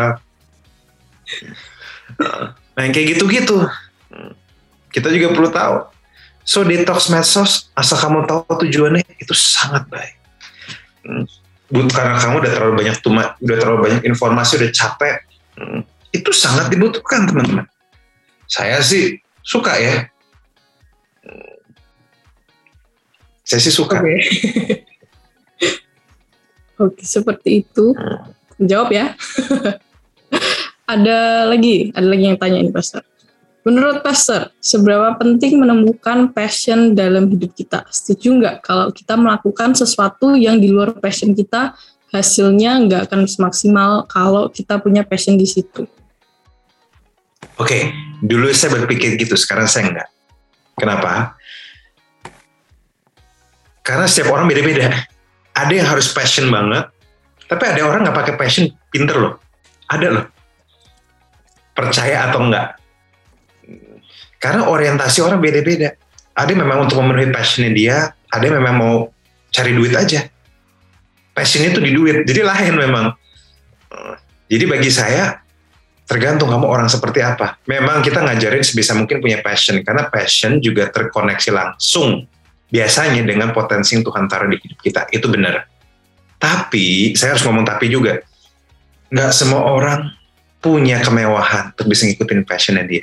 S4: Nah, yang kayak gitu-gitu. Kita juga perlu tahu. So, detox medsos, asal kamu tahu tujuannya, itu sangat baik. Karena kamu udah terlalu banyak informasi, udah capek. Itu sangat dibutuhkan, teman-teman. Saya sih suka ya. Saya sih suka.
S2: Oke, seperti itu. Jawab ya. Ada lagi yang tanya ini, Pastor. Menurut Pastor, seberapa penting menemukan passion dalam hidup kita? Setuju nggak kalau kita melakukan sesuatu yang di luar passion kita, hasilnya nggak akan semaksimal kalau kita punya passion di situ?
S4: Oke, dulu saya berpikir gitu, sekarang saya enggak. Kenapa? Karena setiap orang beda-beda. Ada yang harus passion banget, tapi ada orang nggak pakai passion, pinter loh. Ada loh. Percaya atau enggak. Karena orientasi orang beda-beda. Ada yang memang untuk memenuhi passionnya dia, ada yang memang mau cari duit aja. Passionnya itu di duit, jadi lain memang. Jadi bagi saya, tergantung kamu orang seperti apa. Memang kita ngajarin sebisa mungkin punya passion, karena passion juga terkoneksi langsung biasanya dengan potensi yang Tuhan taruh di hidup kita. Itu benar. Tapi, saya harus ngomong tapi juga. Nggak semua orang punya kemewahan untuk bisa ngikutin passionnya dia.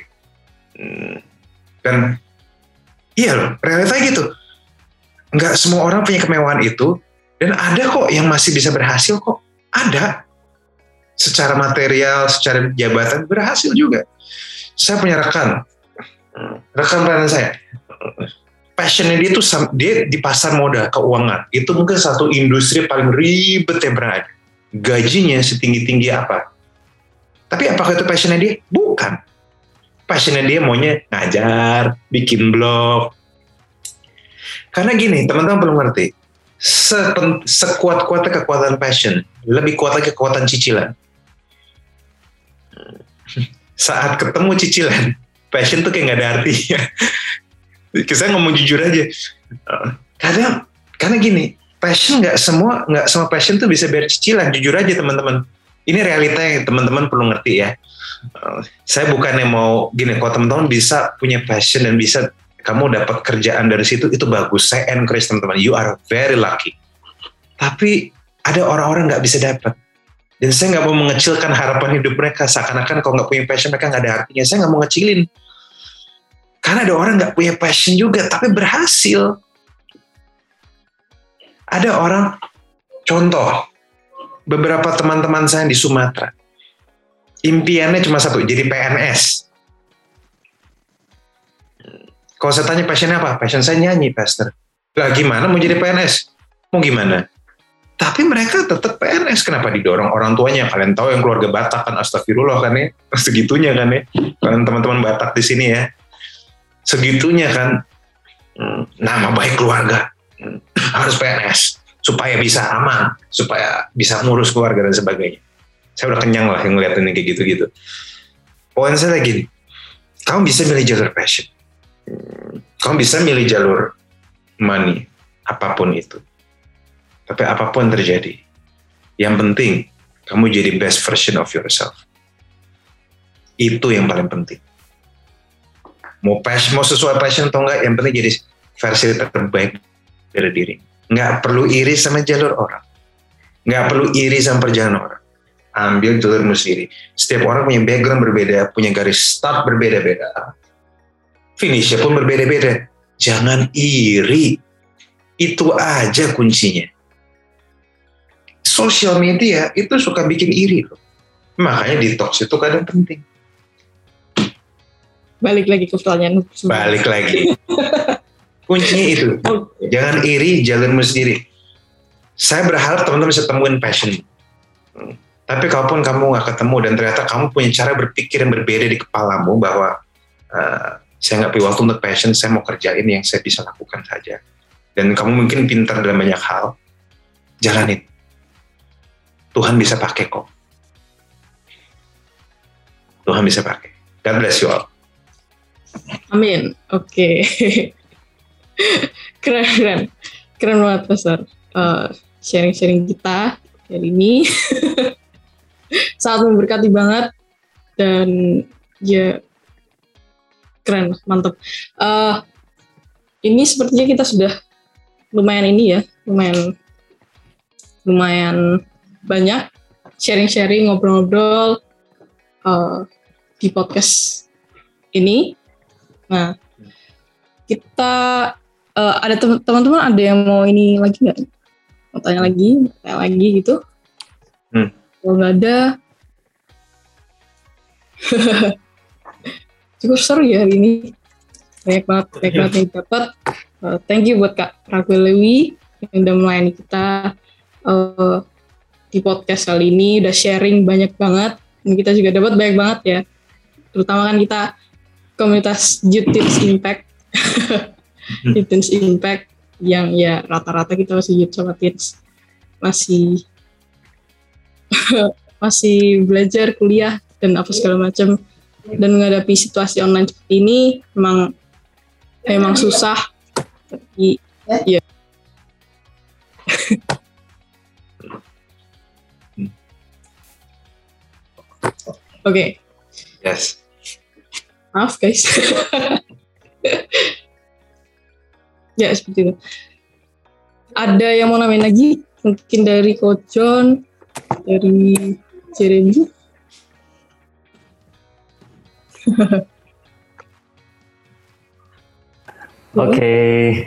S4: Dan iya loh, realitanya gitu. Nggak semua orang punya kemewahan itu, dan ada kok yang masih bisa berhasil kok. Ada. Secara material, secara jabatan berhasil juga. Saya punya rekan pelayanan saya. Passionnya dia tuh dia di pasar modal keuangan. Itu mungkin satu industri paling ribet yang pernah ada. Gajinya setinggi-tinggi apa. Tapi apakah itu passionnya dia? Bukan. Passionnya dia maunya ngajar, bikin blog. Karena gini, teman-teman perlu ngerti. Sekuat-kuatnya kekuatan passion, lebih kuat lagi kekuatan cicilan. Saat ketemu cicilan, passion tuh kayak gak ada artinya. Saya ngomong jujur aja. Karena gini, passion nggak semua passion tuh bisa bayar cicilan. Jujur aja teman-teman. Ini realita yang teman-teman perlu ngerti ya. Saya bukannya mau gini, kalau teman-teman bisa punya passion dan bisa kamu dapat kerjaan dari situ, itu bagus. Saya encourage teman-teman, you are very lucky. Tapi ada orang-orang nggak bisa dapat. Dan saya nggak mau mengecilkan harapan hidup mereka, seakan-akan kalau nggak punya passion mereka nggak ada artinya. Saya nggak mau ngecilin. Karena ada orang nggak punya passion juga, tapi berhasil. Ada orang, contoh, beberapa teman-teman saya di Sumatera, impiannya cuma satu, jadi PNS. Kalau saya tanya passionnya apa? Passion saya nyanyi, Pastor. Lah gimana mau jadi PNS? Mau gimana? Tapi mereka tetap PNS. Kenapa didorong orang tuanya? Kalian tahu yang keluarga Batak kan, astagfirullah kan ya. Segitunya kan ya. Kalian teman-teman Batak di sini ya. Segitunya kan. Nama baik keluarga. Harus PNS. Supaya bisa aman. Supaya bisa ngurus keluarga dan sebagainya. Saya udah kenyang lah yang ngeliatin kayak gitu-gitu. Poin saya lagi, kamu bisa milih jalur passion. Kamu bisa milih jalur money. Apapun itu. Tapi apapun terjadi, yang penting kamu jadi best version of yourself. Itu yang paling penting. Mau sesuai passion atau enggak, yang penting jadi versi terbaik dari diri. Nggak perlu iri sama jalur orang. Nggak perlu iri sama perjalanan orang. Ambil jalurmu sendiri. Setiap orang punya background berbeda, punya garis start berbeda-beda. Finishnya pun berbeda-beda. Jangan iri. Itu aja kuncinya. Sosial media itu suka bikin iri loh. Makanya detox itu kadang penting.
S2: Balik lagi ke pertanyaan.
S4: Balik lagi. Kuncinya itu. Jangan iri jalurmu sendiri. Saya berharap teman-teman bisa temuin passion. Tapi kalaupun kamu gak ketemu dan ternyata kamu punya cara berpikir yang berbeda di kepalamu bahwa saya gak punya waktu untuk passion, saya mau kerjain yang saya bisa lakukan saja. Dan kamu mungkin pintar dalam banyak hal, jalanin. Tuhan bisa pakai kok. Tuhan bisa pakai. God bless you all.
S2: Amin. Oke. Keren banget Pastor. Sharing-sharing kita. hari ini. Sangat memberkati banget dan ya keren, mantap. Ini sepertinya kita sudah lumayan banyak sharing-sharing, ngobrol-ngobrol di podcast ini. Nah, kita ada teman-teman ada yang mau ini lagi nggak? Mau tanya lagi gitu? Kalau nggak ada, cukup seru ya hari ini. Banyak banget yang dapat. Thank you buat Kak Raguel Lewi yang udah melayani kita di podcast kali ini, udah sharing banyak banget. Dan kita juga dapat banyak banget ya. Terutama kan kita komunitas Youth Teens Impact. Youth Teens Impact yang ya rata-rata kita masih youth sama teens. Masih belajar, kuliah, dan apa segala macam. Dan menghadapi situasi online seperti ini memang susah. Tapi ya. Oke.
S4: Yes.
S2: Maaf guys. Ya seperti itu. Ada yang mau namain lagi? Mungkin dari Coach John, dari Jeremy.
S5: Oke.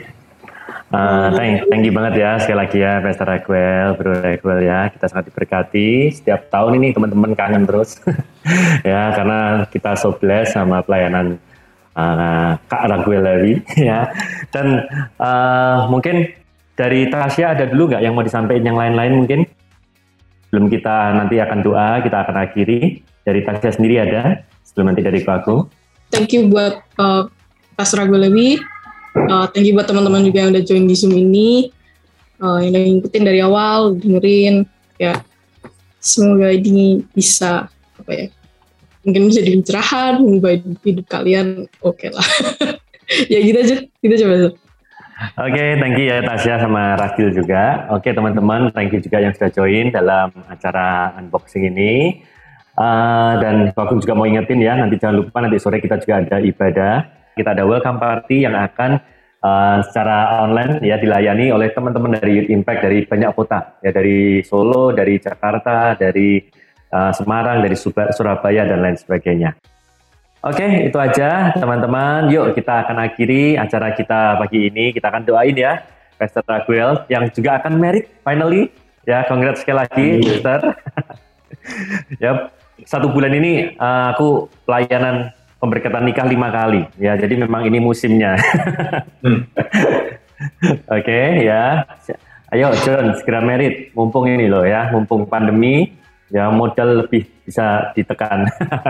S5: Thank you banget ya sekali lagi ya Pastor Raguel, Bro Raguel ya. Kita sangat diberkati. Setiap tahun ini teman-teman kangen terus. Ya karena kita so blessed sama pelayanan Kak Raguel Lewi ya. Dan mungkin dari Tasya ada dulu nggak yang mau disampaikan yang lain-lain mungkin? Sebelum kita nanti akan doa, kita akan akhiri. Dari Tasya sendiri ada? Sebelum nanti dari aku.
S2: Thank you buat Pastor Raguel Lewi. Thank you buat teman-teman juga yang udah join di Zoom ini, yang udah ngikutin dari awal, dengerin, ya semoga ini bisa mungkin bisa jadi pencerahan, mengubah hidup kalian, oke lah. Ya gitu aja, kita coba.
S5: Oke, thank you ya Tasya sama Raguel juga. Oke teman-teman, thank you juga yang sudah join dalam acara unboxing ini. Dan aku juga mau ingetin ya, nanti jangan lupa nanti sore kita juga ada ibadah. Kita ada welcome party yang akan secara online ya dilayani oleh teman-teman dari Youth Impact dari banyak kota ya, dari Solo, dari Jakarta, dari Semarang, dari Surabaya dan lain sebagainya. Oke, itu aja teman-teman. Yuk kita akan akhiri acara kita pagi ini. Kita akan doain ya Pastor Raguel yang juga akan married finally. Ya, congrats sekali lagi Pastor. Ya, 1 bulan ini aku pelayanan pemberkatan nikah 5 kali, ya. Jadi memang ini musimnya. Oke, ya. Ayo John, segera merit. Mumpung ini loh ya, mumpung pandemi, ya modal lebih bisa ditekan.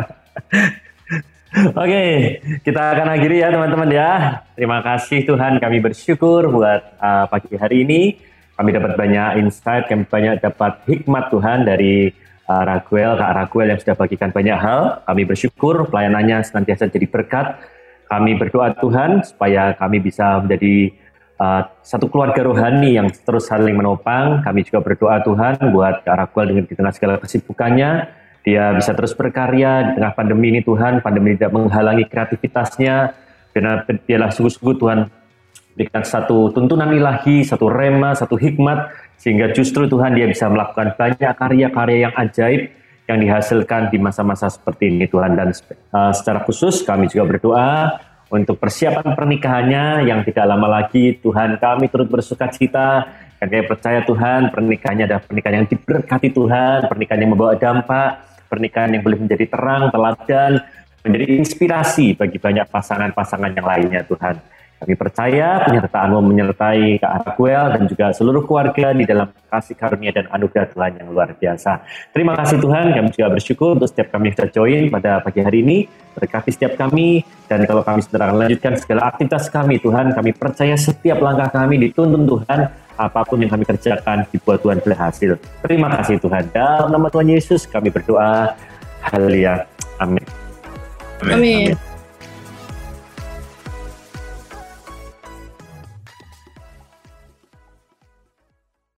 S5: Oke, kita akan akhiri ya teman-teman ya. Terima kasih Tuhan, kami bersyukur buat pagi hari ini. Kami dapat banyak insight, kami banyak dapat hikmat Tuhan dari Kak Raguel yang sudah bagikan banyak hal. Kami bersyukur pelayanannya senantiasa jadi berkat. Kami berdoa Tuhan supaya kami bisa menjadi satu keluarga rohani yang terus saling menopang. Kami juga berdoa Tuhan buat Kak Raguel di tengah segala kesibukannya. Dia bisa terus berkarya di tengah pandemi ini Tuhan. Pandemi tidak menghalangi kreativitasnya. Karena dialah sungguh-sungguh Tuhan berikan satu tuntunan ilahi, satu rema, satu hikmat, sehingga justru Tuhan dia bisa melakukan banyak karya-karya yang ajaib yang dihasilkan di masa-masa seperti ini Tuhan. Dan secara khusus kami juga berdoa untuk persiapan pernikahannya yang tidak lama lagi. Tuhan, kami turut bersuka cita dan kami percaya Tuhan pernikahannya adalah pernikahan yang diberkati Tuhan, pernikahan yang membawa dampak, pernikahan yang boleh menjadi terang, teladan, menjadi inspirasi bagi banyak pasangan-pasangan yang lainnya Tuhan. Kami percaya penyertaan-Mu menyertai Kak Raguel dan juga seluruh keluarga di dalam kasih karunia dan anugerah Tuhan yang luar biasa. Terima kasih Tuhan, kami juga bersyukur untuk setiap kami yang sudah join pada pagi hari ini. Berkati setiap kami, dan kalau kami sedang melanjutkan segala aktivitas kami Tuhan, kami percaya setiap langkah kami dituntun Tuhan, apapun yang kami kerjakan dibuat Tuhan berhasil. Terima kasih Tuhan, dalam nama Tuhan Yesus kami berdoa. Haleluya. Amin.
S2: Amin.